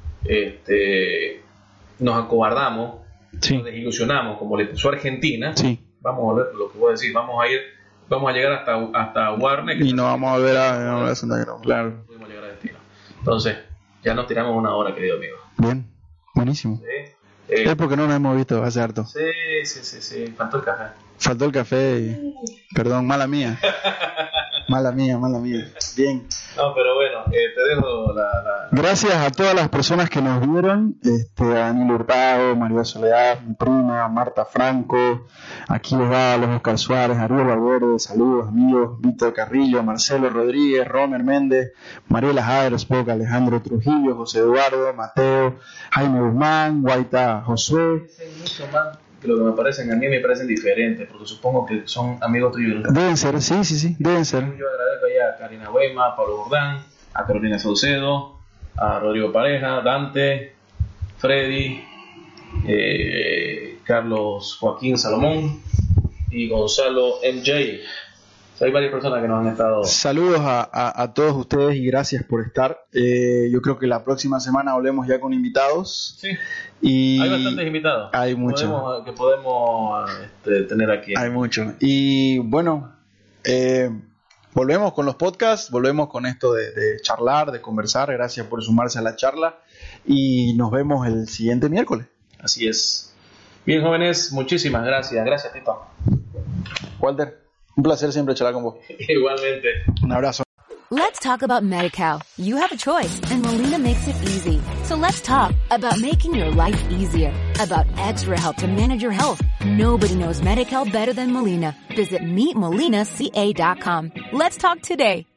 este, nos acobardamos, sí. nos desilusionamos, como le pasó a Argentina, sí. vamos a volver, lo que voy a decir, vamos a ir, vamos a llegar hasta, hasta Warner. Y no vamos a ver a, no, a Santa Cruz, claro. Pudimos llegar a destino. Entonces, ya nos tiramos una hora, querido amigo. Bien, buenísimo. ¿Sí? Eh, es porque no nos hemos visto hace harto. Sí, sí, sí, sí, faltó el café. Faltó el café y... Perdón, mala mía. Mala mía, mala mía. Bien. No, pero bueno, eh, te dejo la, la... Gracias a todas las personas que nos vieron, este, a Daniel Hurtado, María Soledad, mi prima, Marta Franco, aquí les va los Oscar Suárez, Ariel Valverde, saludos amigos, Víctor Carrillo, Marcelo Rodríguez, Romer Méndez, Mariela Haderspock, Alejandro Trujillo, José Eduardo, Mateo, Jaime Guzmán, Guaita Josué. Mucho más que lo que me parecen, a mí me parecen diferentes, porque supongo que son amigos tuyos. Deben ser, sí, sí, sí, deben ser. Yo agradezco ya a Karina Weima, a Pablo Bordán, a Carolina Saucedo, a Rodrigo Pareja, Dante, Freddy, eh, Carlos Joaquín Salomón y Gonzalo M J. O sea, hay varias personas que nos han estado... Saludos a, a, a todos ustedes y gracias por estar. Eh, yo creo que la próxima semana volvemos ya con invitados. Sí. Y hay bastantes invitados. Hay muchos. Podemos, que podemos este, tener aquí. Hay muchos. Y bueno, eh, volvemos con los podcasts, volvemos con esto de, de charlar, de conversar. Gracias por sumarse a la charla y nos vemos el siguiente miércoles. Así es. Bien, jóvenes, muchísimas gracias. Gracias, Tito. Walter, un placer siempre charlar con vos. Igualmente. Un abrazo. Let's talk about MediCal. You have a choice, and Molina makes it easy. So let's talk about making your life easier, about extra help to manage your health. Nobody knows MediCal better than Molina. Visit meet molina c a dot com. Let's talk today.